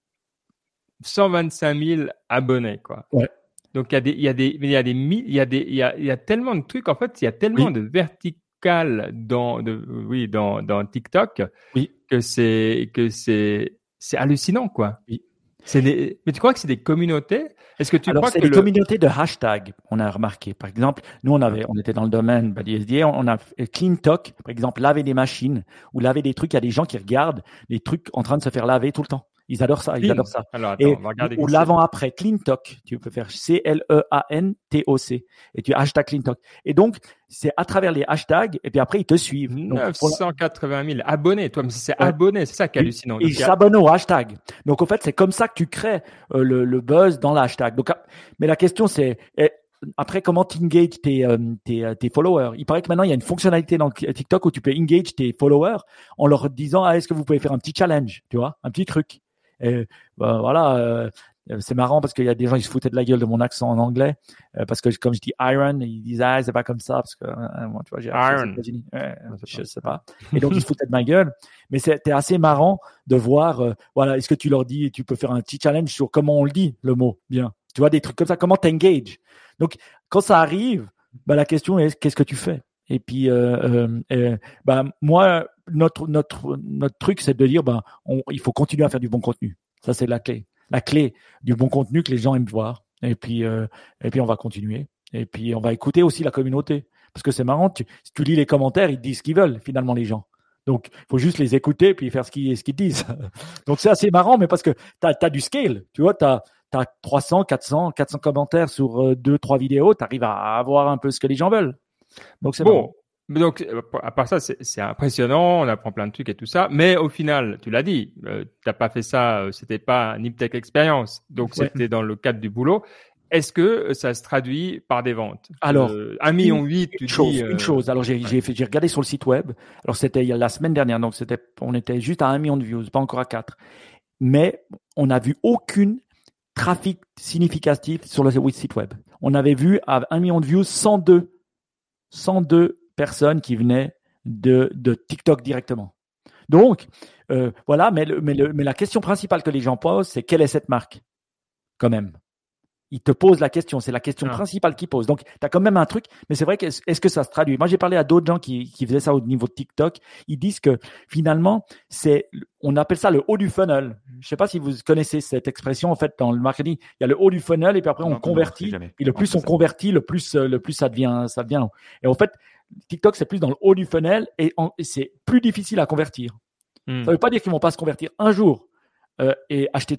125 000 abonnés, quoi. Ouais. Donc il y a tellement de trucs. En fait, il y a tellement de verticales dans TikTok que c'est hallucinant, quoi. Oui. Mais tu crois que c'est des communautés? Est-ce que tu crois c'est des communautés de hashtags, on a remarqué. Par exemple, nous, on était dans le domaine d'ISDA, on a Clean Talk, par exemple, laver des machines ou laver des trucs. Il y a des gens qui regardent les trucs en train de se faire laver tout le temps. Ils adorent ça, ils adorent ça. Alors, attends, on va regarder. Ou l'avant-après, Clean Talk. Tu peux faire CLEANTOC et tu hashtag Clean Talk. Et donc, c'est à travers les hashtags et puis après, ils te suivent. 980 000 abonnés. Toi, mais c'est abonnés, c'est ça qui est hallucinant. Ils s'abonnent au hashtag. Donc, en fait, c'est comme ça que tu crées le buzz dans le hashtag. Donc, mais la question, c'est après, comment tu engages tes followers? Il paraît que maintenant, il y a une fonctionnalité dans TikTok où tu peux engage tes followers en leur disant, est-ce que vous pouvez faire un petit challenge, tu vois, un petit truc. Et voilà, c'est marrant parce qu'il y a des gens qui se foutaient de la gueule de mon accent en anglais parce que comme je dis iron, ils disent c'est pas comme ça parce que moi tu vois j'ai iron, je sais pas. Et donc ils se foutaient de ma gueule. Mais c'était assez marrant de voir. Voilà, est-ce que tu leur dis, tu peux faire un petit challenge sur comment on le dit le mot bien. Tu vois des trucs comme ça, comment t'engages. Donc quand ça arrive, la question est qu'est-ce que tu fais. Et puis, moi, notre truc, c'est de dire, il faut continuer à faire du bon contenu. Ça, c'est la clé du bon contenu que les gens aiment voir. Et puis, on va continuer. Et puis, on va écouter aussi la communauté. Parce que c'est marrant, si tu lis les commentaires, ils disent ce qu'ils veulent, finalement, les gens. Donc, il faut juste les écouter puis faire ce qu'ils disent. Donc, c'est assez marrant, mais parce que t'as du scale. Tu vois, t'as 300, 400 commentaires sur 2-3 vidéos. T'arrives à avoir un peu ce que les gens veulent. Donc c'est bon. Donc à part ça, c'est impressionnant, on apprend plein de trucs et tout ça, mais au final, tu l'as dit, t'as pas fait ça, c'était pas Niptech Experience, donc c'était dans le cadre du boulot. Est-ce que ça se traduit par des ventes? Alors, 1,8 million, une chose. Alors j'ai regardé sur le site web. Alors c'était la semaine dernière, donc on était juste à 1 million de views, pas encore à 4. Mais on n'a vu aucune trafic significatif sur le site web. On avait vu à 1 million de views 102 102 personnes qui venaient de TikTok directement. Donc, voilà, mais la question principale que les gens posent, c'est quelle est cette marque quand même. Ils te posent la question, c'est la question principale qu'ils posent. Donc, tu as quand même un truc, mais c'est vrai que est-ce que ça se traduit? Moi, j'ai parlé à d'autres gens qui faisaient ça au niveau de TikTok. Ils disent que finalement, on appelle ça le haut du funnel. Je sais pas si vous connaissez cette expression, en fait, dans le marketing. Il y a le haut du funnel et puis après, on convertit. Et le plus on convertit, le plus ça devient. Et en fait, TikTok, c'est plus dans le haut du funnel et c'est plus difficile à convertir. Ça veut pas dire qu'ils vont pas se convertir un jour. Et acheter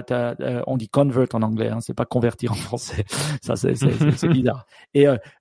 on dit convert en anglais, hein, c'est pas convertir en français. Ça, c'est bizarre. Et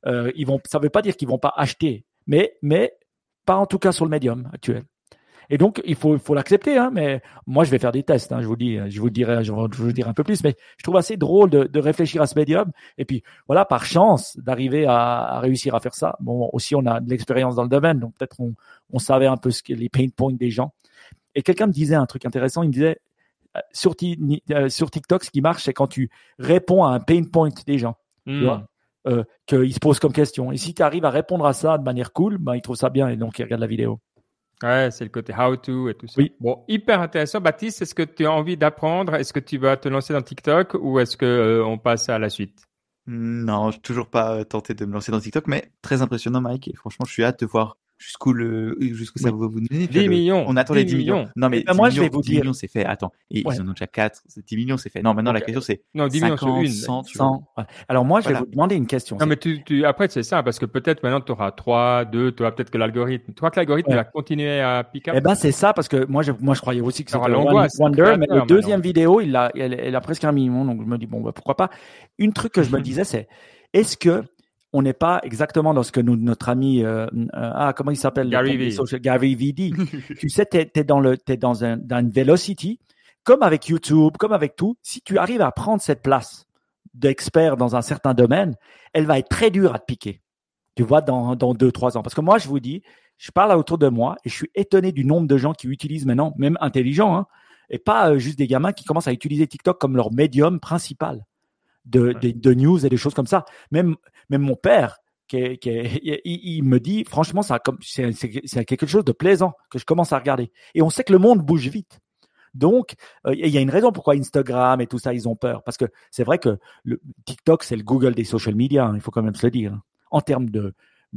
ça veut pas dire qu'ils vont pas acheter, mais pas en tout cas sur le médium actuel. Et donc il faut l'accepter, hein. Mais moi je vais faire des tests, hein, je vous dirai un peu plus. Mais je trouve assez drôle de réfléchir à ce médium. Et puis voilà, par chance d'arriver à réussir à faire ça. Bon, aussi on a de l'expérience dans le domaine, donc peut-être on savait un peu les pain points des gens. Et quelqu'un me disait un truc intéressant. Il me disait sur TikTok, ce qui marche, c'est quand tu réponds à un pain point des gens, tu vois, qu'ils se posent comme question. Et si tu arrives à répondre à ça de manière cool, ben, ils trouvent ça bien et donc ils regardent la vidéo. Ouais, c'est le côté how to et tout ça. Oui. Bon, hyper intéressant. Baptiste, est-ce que tu as envie d'apprendre? Est-ce que tu vas te lancer dans TikTok ou est-ce que on passe à la suite? Non, je n'ai toujours pas tenté de me lancer dans TikTok, mais très impressionnant, Mike. Et franchement, je suis hâte de voir jusqu'où ça va vous donner. 10 millions. On attend les 10 millions. Non, mais 10 moi, millions, je vais vous 10 dire. millions, c'est fait. Attends. Et ils en ont déjà 4. 10 millions, c'est fait. Non, maintenant, la question, c'est non, 10 millions 50, sur une. 100. Ouais. Alors, moi, je vais vous demander une question. Non, mais après, c'est ça, parce que peut-être maintenant, tu auras 3, 2, tu auras peut-être que l'algorithme. Tu crois que l'algorithme va continuer à pick up? Eh ben, c'est ça, parce que moi, je croyais aussi que c'était l'angoisse, Wonder, mais le deuxième vidéo, elle a presque 1 million. Donc, je me dis, bon, bah, pourquoi pas. Une truc que je me disais, c'est, est-ce que on n'est pas exactement dans ce que notre ami, comment il s'appelle? Gary V dit. Tu sais, t'es dans une velocity, comme avec YouTube, comme avec tout. Si tu arrives à prendre cette place d'expert dans un certain domaine, elle va être très dure à te piquer. Tu vois, dans 2-3 ans. Parce que moi, je vous dis, je parle autour de moi et je suis étonné du nombre de gens qui utilisent maintenant, même intelligents, hein, et pas juste des gamins qui commencent à utiliser TikTok comme leur médium principal de news et des choses comme ça. Même mon père, il me dit, franchement, c'est quelque chose de plaisant que je commence à regarder. Et on sait que le monde bouge vite. Donc, il y a une raison pourquoi Instagram et tout ça, ils ont peur. Parce que c'est vrai que le TikTok, c'est le Google des social media, hein, il faut quand même se le dire. Hein. En termes de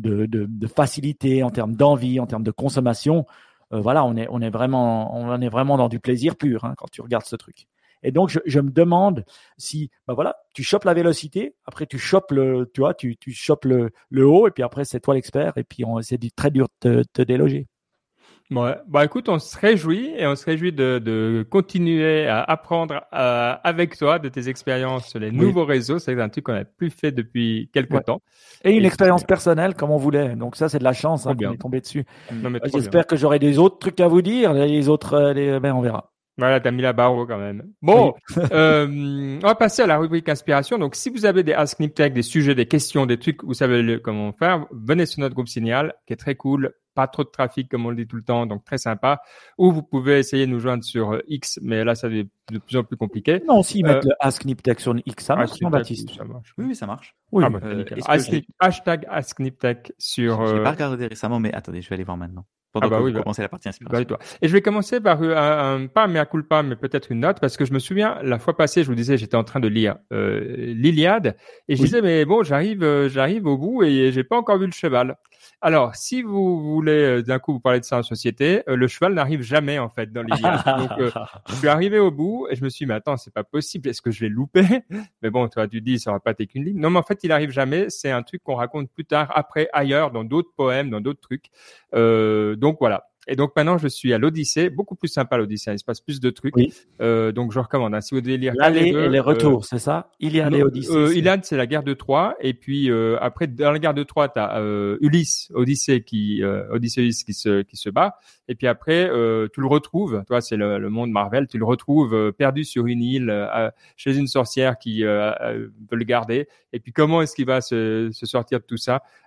facilité, en termes d'envie, en termes de consommation, voilà, on est vraiment dans du plaisir pur, hein, quand tu regardes ce truc. Et donc, je me demande si, bah voilà, tu chopes la vélocité, après tu chopes tu chopes le haut, et puis après c'est toi l'expert, et puis c'est très dur de te déloger. Ouais. Bah écoute, on se réjouit de continuer à apprendre avec toi de tes expériences sur les nouveaux réseaux. C'est un truc qu'on n'a plus fait depuis quelques temps. Et une expérience personnelle comme on voulait. Donc ça, c'est de la chance qu'on est tombé dessus. J'espère que j'aurai des autres trucs à vous dire. Les autres, on verra. Voilà, t'as mis la barre haut quand même. Bon, on va passer à la rubrique inspiration. Donc, si vous avez des Ask Niptech, des sujets, des questions, des trucs, vous savez comment faire, venez sur notre groupe Signal, qui est très cool. Pas trop de trafic, comme on le dit tout le temps, donc très sympa. Ou vous pouvez essayer de nous joindre sur X, mais là, ça devient de plus en plus compliqué. Non, s'ils mettent le Ask Niptech sur X, ça marche, Jean-Baptiste. Ça marche. Oui, ça marche. Oui. Hashtag Ask Niptech sur... Je n'ai pas regardé récemment, mais attendez, je vais aller voir maintenant. Pendant que vous commencez la partie inspiration. Et je vais commencer par pas un mea culpa, mais peut-être une note, parce que je me souviens, la fois passée, je vous disais, j'étais en train de lire l'Iliade, et je disais, mais bon, j'arrive au bout et j'ai pas encore vu le cheval. Alors, si vous voulez d'un coup vous parler de ça en société, le cheval n'arrive jamais en fait dans l'Iliade. Donc, je suis arrivé au bout et je me suis dit, mais attends, c'est pas possible, est-ce que je l'ai loupé? Mais bon, toi, tu dis, ça aura pas été qu'une ligne. Non, mais en fait, il arrive jamais. C'est un truc qu'on raconte plus tard, après, ailleurs, dans d'autres poèmes, dans d'autres trucs. Donc voilà. Et donc maintenant, je suis à l'Odyssée, beaucoup plus sympa l'Odyssée, il se passe plus de trucs. Oui. Donc je recommande, hein, si vous devez lire l'aller et les retours, c'est ça? Iliade et Odyssée. Iliade, c'est la guerre de Troie, et puis après dans la guerre de Troie, t'as Odysseus qui se bat, et puis après tu le retrouves, toi c'est le monde Marvel, tu le retrouves perdu sur une île chez une sorcière qui veut le garder, et puis comment est-ce qu'il va se sortir de tout ça?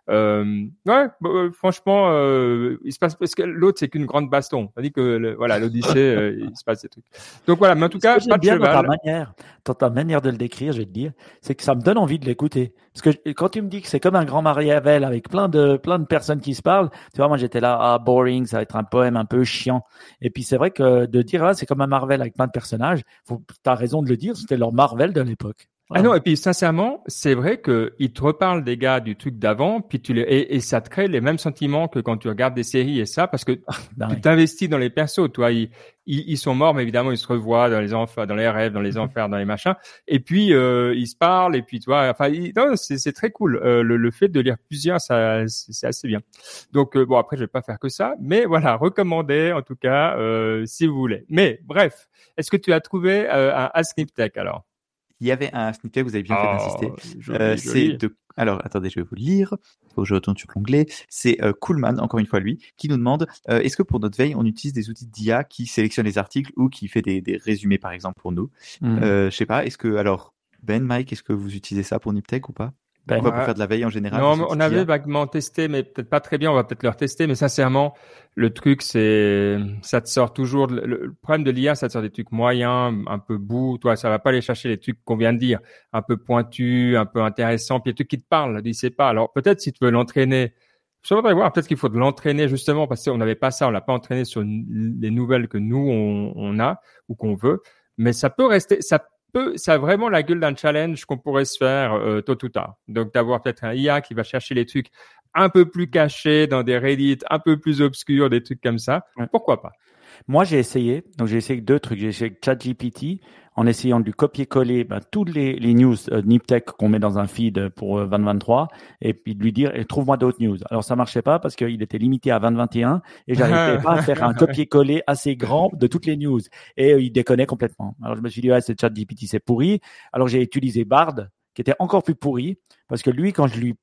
Franchement, il se passe parce que l'autre c'est qu'une grande baston. On dit que voilà, l'Odyssée, il se passe des trucs. Donc voilà, mais en tout cas, pas de cheval. Dans ta manière de le décrire, je vais te dire, c'est que ça me donne envie de l'écouter. Parce que quand tu me dis que c'est comme un grand Machiavel avec plein de personnes qui se parlent, tu vois, moi j'étais là, boring, ça va être un poème un peu chiant. Et puis c'est vrai que de dire c'est comme un Marvel avec plein de personnages, t'as raison de le dire, c'était leur Marvel de l'époque. Ah non, et puis sincèrement, c'est vrai que ils te reparlent des gars du truc d'avant, puis et ça te crée les mêmes sentiments que quand tu regardes des séries et ça, parce que tu t'investis dans les persos, toi. Ils sont morts, mais évidemment ils se revoient dans les enfers, dans les rêves, dans les enfers, dans les machins. Et puis ils se parlent, et puis tu vois, enfin, non, c'est très cool. Le fait de lire plusieurs, ça, c'est assez bien. Donc bon, après je vais pas faire que ça, mais voilà, recommandé en tout cas si vous voulez. Mais bref, est-ce que tu as trouvé un Ask Niptech alors? Il y avait un snippet, vous avez bien fait d'insister. Joli. Alors, attendez, je vais vous le lire. Faut que je retourne sur l'onglet. C'est Coolman, encore une fois lui, qui nous demande est-ce que pour notre veille, on utilise des outils d'IA qui sélectionnent les articles ou qui fait des résumés, par exemple, pour nous. Je sais pas. Est-ce que alors Ben, Mike, est-ce que vous utilisez ça pour Niptech ou pas? Pour faire de la veille en général? Non, on avait vaguement testé, mais peut-être pas très bien. On va peut-être le retester. Mais sincèrement, le truc, c'est, ça te sort toujours, le problème de l'IA, ça te sort des trucs moyens, un peu bout. Toi, ça va pas aller chercher les trucs qu'on vient de dire, un peu pointus, un peu intéressants, puis les trucs qui te parlent, il sait pas. Alors, peut-être si tu veux l'entraîner, je voudrais voir, peut-être qu'il faut de l'entraîner justement parce qu'on n'avait pas ça, on l'a pas entraîné sur les nouvelles que nous, on a ou qu'on veut. Mais ça peut rester, ça a vraiment la gueule d'un challenge qu'on pourrait se faire tôt ou tard. Donc d'avoir peut-être un IA qui va chercher les trucs un peu plus cachés dans des Reddit un peu plus obscurs, des trucs comme ça. Ouais. Pourquoi pas? Moi, j'ai essayé 2 trucs. J'ai essayé ChatGPT en essayant de copier-coller toutes les news Niptech qu'on met dans un feed pour 2023 et puis de lui dire trouve-moi d'autres news. Alors ça marchait pas parce qu'il était limité à 2021 et j'arrivais pas à faire un copier-coller assez grand de toutes les news et il déconnait complètement. Alors je me suis dit c'est ChatGPT, c'est pourri. Alors j'ai utilisé Bard qui était encore plus pourri parce que lui quand j'ai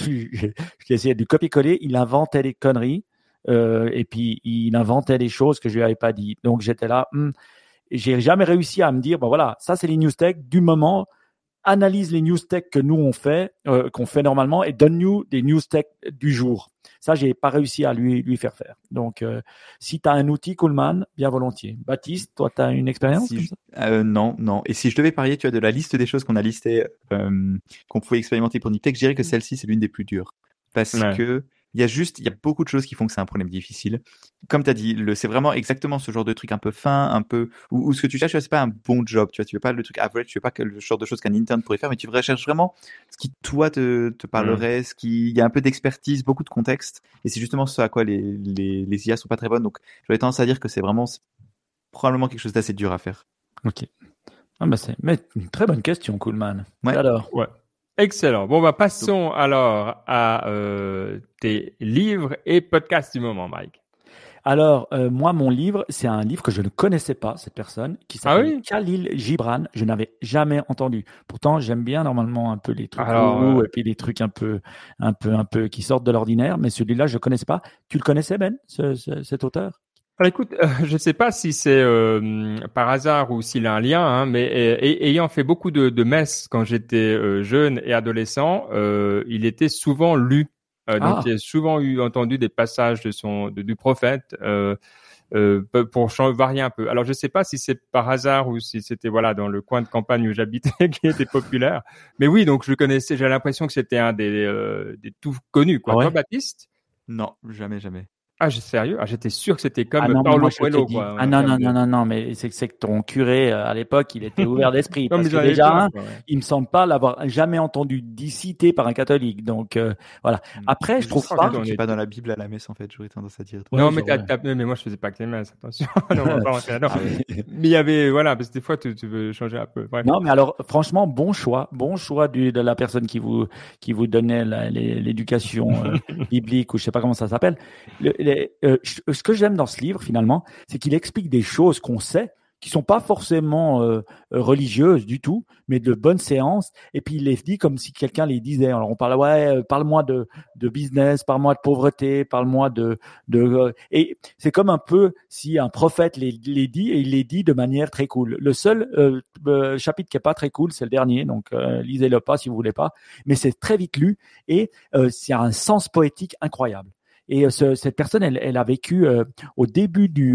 essayé de copier-coller, il inventait des conneries. Et puis il inventait des choses que je lui avais pas dit. Donc j'étais là, j'ai jamais réussi à me dire voilà, ça c'est les news tech du moment. Analyse les news tech que nous on fait, qu'on fait normalement, et donne-nous des news tech du jour. Ça j'ai pas réussi à lui faire faire. Donc si tu as un outil Coolman, bien volontiers. Baptiste, toi tu as une expérience Non. Et si je devais parier, tu as de la liste des choses qu'on a listées qu'on pouvait expérimenter pour Niptech, je dirais que celle-ci c'est l'une des plus dures parce que il y a beaucoup de choses qui font que c'est un problème difficile. Comme tu as dit, c'est vraiment exactement ce genre de truc un peu fin, un peu, où ce que tu cherches, c'est pas un bon job, tu vois, tu veux pas le truc average, tu veux pas le genre de choses qu'un intern pourrait faire, mais tu recherches vraiment ce qui, toi, te parlerait, il y a un peu d'expertise, beaucoup de contexte, et c'est justement ce à quoi les IA sont pas très bonnes, donc j'aurais tendance à dire que c'est probablement quelque chose d'assez dur à faire. Ok. Mais une très bonne question, Coolman. Ouais. Alors. Ouais. Excellent. Bon, passons alors à tes livres et podcasts du moment, Mike. Alors, moi, mon livre, c'est un livre que je ne connaissais pas, cette personne, qui s'appelle Khalil Gibran. Je n'avais jamais entendu. Pourtant, j'aime bien normalement un peu les trucs et puis les trucs un peu qui sortent de l'ordinaire. Mais celui-là, je ne connaissais pas. Tu le connaissais, Ben, cet auteur? Alors, écoute, je ne sais pas si c'est par hasard ou s'il a un lien, mais ayant fait beaucoup de messes quand j'étais jeune et adolescent, il était souvent lu. Donc, j'ai souvent entendu des passages du prophète pour varier un peu. Alors, je ne sais pas si c'est par hasard ou si c'était dans le coin de campagne où j'habitais qui était populaire. Mais oui, donc je connaissais. J'ai l'impression que c'était un des tout connus, quoi. Toi, Baptiste? Non, jamais. Ah, sérieux? Ah, j'étais sûr que c'était comme Paulo Coelho, quoi. Non, mais c'est que ton curé, à l'époque, il était ouvert d'esprit. Parce que déjà, il me semble pas l'avoir jamais entendu cité par un catholique. Donc, voilà. Après, je trouve pas. Je suis pas dans la Bible à la messe, en fait, j'aurais tendance à dire. Non, mais moi, je faisais pas que les messes, attention. Non, on va pas rentrer là-dedans. Mais il y avait, parce que des fois, tu veux changer un peu. Bref. Non, mais alors, franchement, bon choix de la personne qui vous donnait l'éducation biblique ou je sais pas comment ça s'appelle. Ce que j'aime dans ce livre, finalement, c'est qu'il explique des choses qu'on sait, qui sont pas forcément religieuses du tout, mais de bonnes séances. Et puis il les dit comme si quelqu'un les disait. Alors on parle, parle-moi de business, parle-moi de pauvreté, parle-moi et c'est comme un peu si un prophète les dit, et il les dit de manière très cool. Le seul chapitre qui est pas très cool, c'est le dernier, donc lisez-le pas si vous voulez pas, mais c'est très vite lu et c'est un sens poétique incroyable. Et cette personne, elle a vécu au début du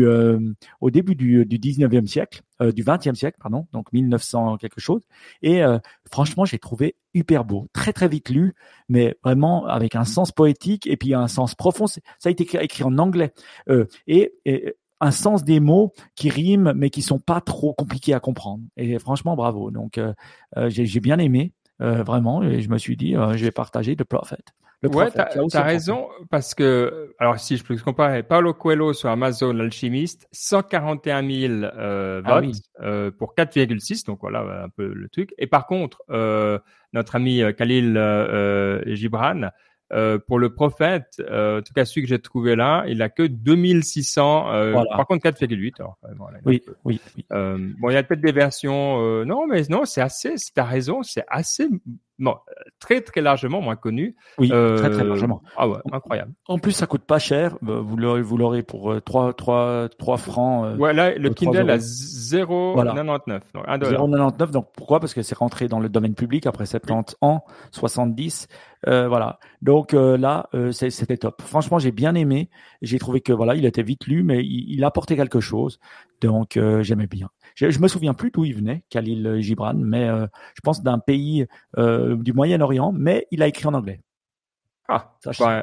19e siècle, du 20e siècle, pardon, donc 1900 quelque chose. Et franchement, j'ai trouvé hyper beau, très très vite lu, mais vraiment avec un sens poétique et puis un sens profond. Ça a été écrit en anglais et un sens des mots qui riment, mais qui sont pas trop compliqués à comprendre. Et franchement, bravo. Donc, j'ai bien aimé, vraiment, et je me suis dit, je vais partager The Prophet. Ouais, t'as raison, parce que, alors si je peux comparer, Paulo Coelho sur Amazon, l'alchimiste, 141 000 votes pour 4,6, donc voilà un peu le truc. Et par contre, notre ami Khalil Gibran, pour le prophète, en tout cas celui que j'ai trouvé là, il a que 2600, voilà. Par contre 4,8. Voilà, oui. Bon, il y a peut-être des versions, non, mais non, c'est assez, t'as raison, c'est assez, bon, très très largement moins connu. Oui, très très largement. Ah ouais, incroyable. En plus, ça coûte pas cher. Vous l'aurez pour 3 francs. Ouais, là, le Kindle à 0,99. Voilà. Donc, $1. 0,99. Donc, pourquoi? Parce que c'est rentré dans le domaine public après 70 ans, 70. Voilà. Donc, là, c'était top. Franchement, j'ai bien aimé. J'ai trouvé que, voilà, il était vite lu, mais il apportait quelque chose. Donc, j'aimais bien. Je me souviens plus d'où il venait, Khalil Gibran, mais je pense d'un pays du Moyen-Orient, mais il a écrit en anglais. Ah, ouais.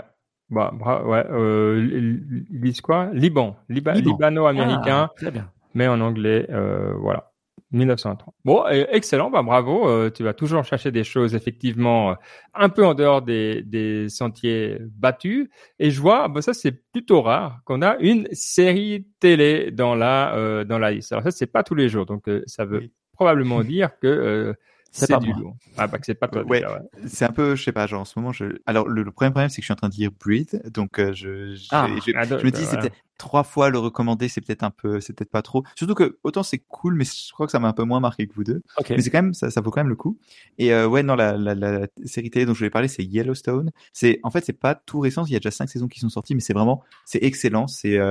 Ils disent quoi? Libano-américain, très bien. Mais en anglais, voilà. 1930. Bon, excellent, bravo. Tu vas toujours chercher des choses effectivement un peu en dehors des sentiers battus. Et je vois, ça c'est plutôt rare qu'on a une série télé dans la liste. Alors ça c'est pas tous les jours, donc ça veut probablement dire que c'est du lourd. Ah que c'est pas toi. Ouais, déjà, ouais. C'est un peu, je sais pas, genre en ce moment, alors le premier problème c'est que je suis en train de lire Breathe, donc je me dis c'est peut-être 3 fois le recommander, c'est peut-être pas trop. Surtout que autant c'est cool, mais je crois que ça m'a un peu moins marqué que vous deux. Okay. Mais c'est quand même, ça vaut quand même le coup. Et ouais, non, la série télé dont je vais parler, c'est Yellowstone. En fait, c'est pas tout récent, il y a déjà 5 saisons qui sont sorties, mais c'est excellent.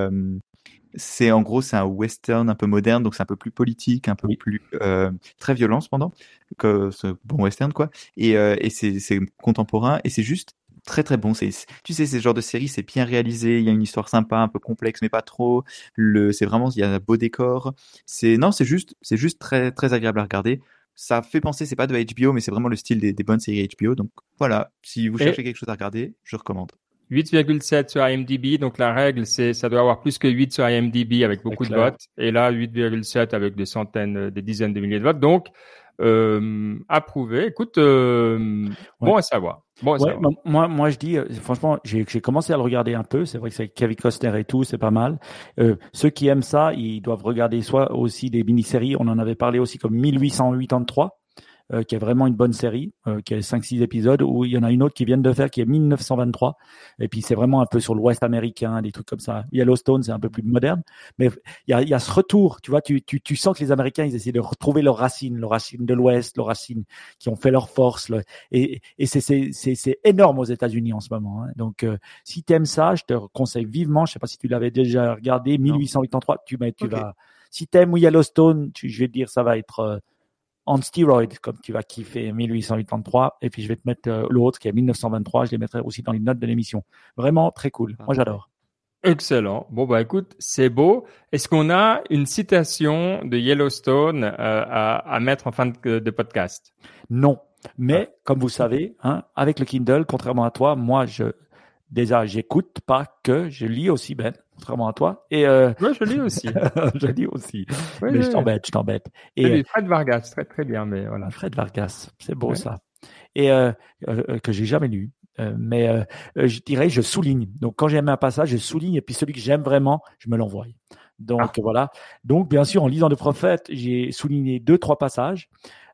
C'est en gros, c'est un western un peu moderne, donc c'est un peu plus politique, un peu plus très violent cependant que ce bon western quoi. Et c'est contemporain et c'est juste très très bon. Tu sais, c'est ce genre de série, c'est bien réalisé, il y a une histoire sympa, un peu complexe mais pas trop. C'est vraiment, il y a un beau décor. C'est juste très très agréable à regarder. Ça fait penser, c'est pas de HBO, mais c'est vraiment le style des bonnes séries HBO. Donc voilà, si vous cherchez quelque chose à regarder, je recommande. 8,7 sur IMDb, donc la règle c'est ça doit avoir plus que 8 sur IMDb avec beaucoup de votes, et là 8,7 avec des dizaines de milliers de votes, donc approuvé. Écoute, bon à savoir. Moi je dis franchement, j'ai commencé à le regarder un peu, c'est vrai que c'est Kevin Costner et tout, c'est pas mal. Ceux qui aiment ça, ils doivent regarder soit aussi des mini-séries, on en avait parlé aussi comme 1883. Qui est vraiment une bonne série, qui a 5-6 épisodes, où il y en a une autre qui vient de faire, qui est 1923, et puis c'est vraiment un peu sur l'Ouest américain, des trucs comme ça. Yellowstone, c'est un peu plus moderne, mais il y a ce retour, tu vois, tu sens que les Américains, ils essaient de retrouver leurs racines de l'Ouest, leurs racines qui ont fait leur force, et c'est énorme aux États-Unis en ce moment. Hein. Donc, si t'aimes ça, je te conseille vivement, je sais pas si tu l'avais déjà regardé, 1883, tu vas, si t'aimes Yellowstone, je vais te dire, ça va être on steroid, comme tu vas kiffer 1883, et puis je vais te mettre l'autre qui est 1923, je les mettrai aussi dans les notes de l'émission. Vraiment très cool, moi j'adore. Excellent. Bon écoute, c'est beau. Est-ce qu'on a une citation de Yellowstone à mettre en fin de podcast? Non, mais comme vous savez, hein, avec le Kindle, contrairement à toi, moi j'écoute pas que, je lis aussi, Ben, contrairement à toi. Et ouais, je lis aussi. Je lis aussi. Oui, mais je t'embête. Et Fred Vargas, très très bien, mais voilà. Fred Vargas, c'est beau ça. Et que j'ai jamais lu. Mais je dirais, je souligne. Donc quand j'aime un passage, je souligne, et puis celui que j'aime vraiment, je me l'envoie. Donc voilà. Donc bien sûr, en lisant le Prophète, j'ai souligné 2-3 passages.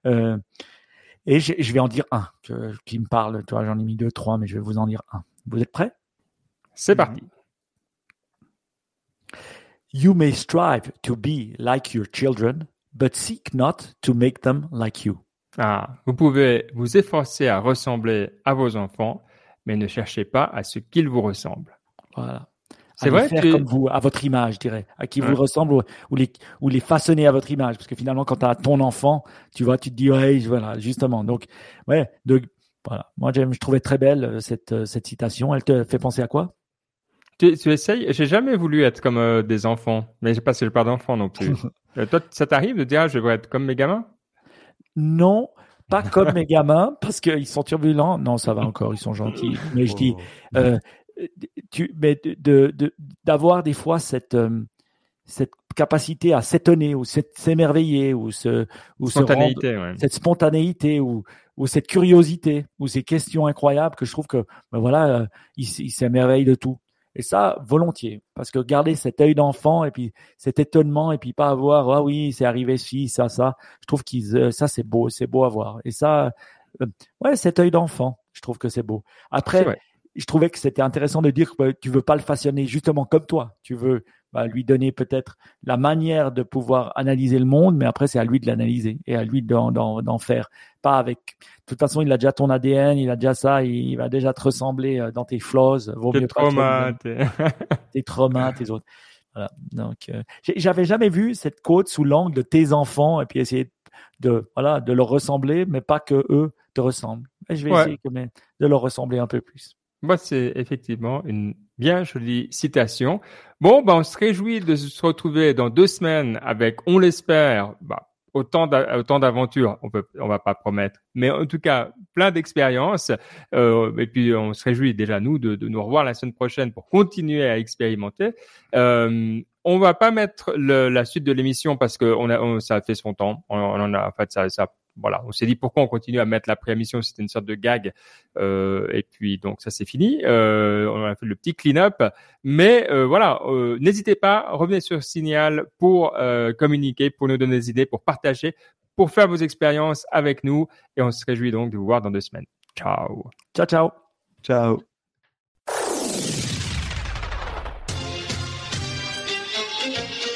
Et je vais en dire un qui me parle. Tu vois, j'en ai mis 2-3, mais je vais vous en dire un. Vous êtes prêts? C'est parti. You may strive to be like your children, but seek not to make them like you. Vous pouvez vous efforcer à ressembler à vos enfants, mais ne cherchez pas à ce qu'ils vous ressemblent. Voilà. C'est Allez vrai, faire comme vous, à votre image, je dirais, à qui vous ressemble ou les façonner à votre image. Parce que finalement, quand tu as ton enfant, tu vois, tu te dis, ouais, voilà, justement. Donc, voilà. Moi, je trouvais très belle cette citation. Elle te fait penser à quoi? Tu essayes? J'ai jamais voulu être comme des enfants, mais je sais pas si je parle d'enfants non plus. Toi, ça t'arrive de dire, je veux être comme mes gamins? Non, pas comme mes gamins, parce qu'ils sont turbulents. Non, ça va encore, ils sont gentils. Mais je dis, d'avoir des fois cette capacité à s'étonner ou s'émerveiller ou Spontanéité, cette spontanéité ou cette curiosité ou ces questions incroyables que je trouve que ils s'émerveillent de tout. Et ça, volontiers, parce que garder cet œil d'enfant et puis cet étonnement et puis pas avoir ah oui c'est arrivé ci ça, je trouve ça c'est beau à voir. Et ça, cet œil d'enfant, je trouve que c'est beau. Après, je trouvais que c'était intéressant de dire que tu veux pas le façonner justement comme toi. Tu veux lui donner peut-être la manière de pouvoir analyser le monde, mais après c'est à lui de l'analyser et à lui d'en faire. Pas avec. De toute façon, il a déjà ton ADN, il a déjà ça, il va déjà te ressembler dans tes flaws. Tes traumas, tes traumas, tes autres. Voilà. Donc, j'avais jamais vu cette quote sous l'angle de tes enfants et puis essayer de leur ressembler, mais pas que eux te ressemblent. Et je vais essayer de leur ressembler un peu plus. Moi, c'est effectivement une bien jolie citation. Bon, on se réjouit de se retrouver dans 2 semaines avec, on l'espère, autant d'aventures. On va pas promettre, mais en tout cas, plein d'expériences. Et puis, on se réjouit déjà, nous, de nous revoir la semaine prochaine pour continuer à expérimenter. On va pas mettre la suite de l'émission parce que ça a fait son temps. On en a, en fait, ça voilà, on s'est dit pourquoi on continue à mettre la pré-émission, c'était une sorte de gag, et puis donc ça c'est fini. On a fait le petit clean-up, mais n'hésitez pas, revenez sur Signal pour communiquer, pour nous donner des idées, pour partager, pour faire vos expériences avec nous, et on se réjouit donc de vous voir dans 2 semaines. Ciao. Ciao, ciao. Ciao.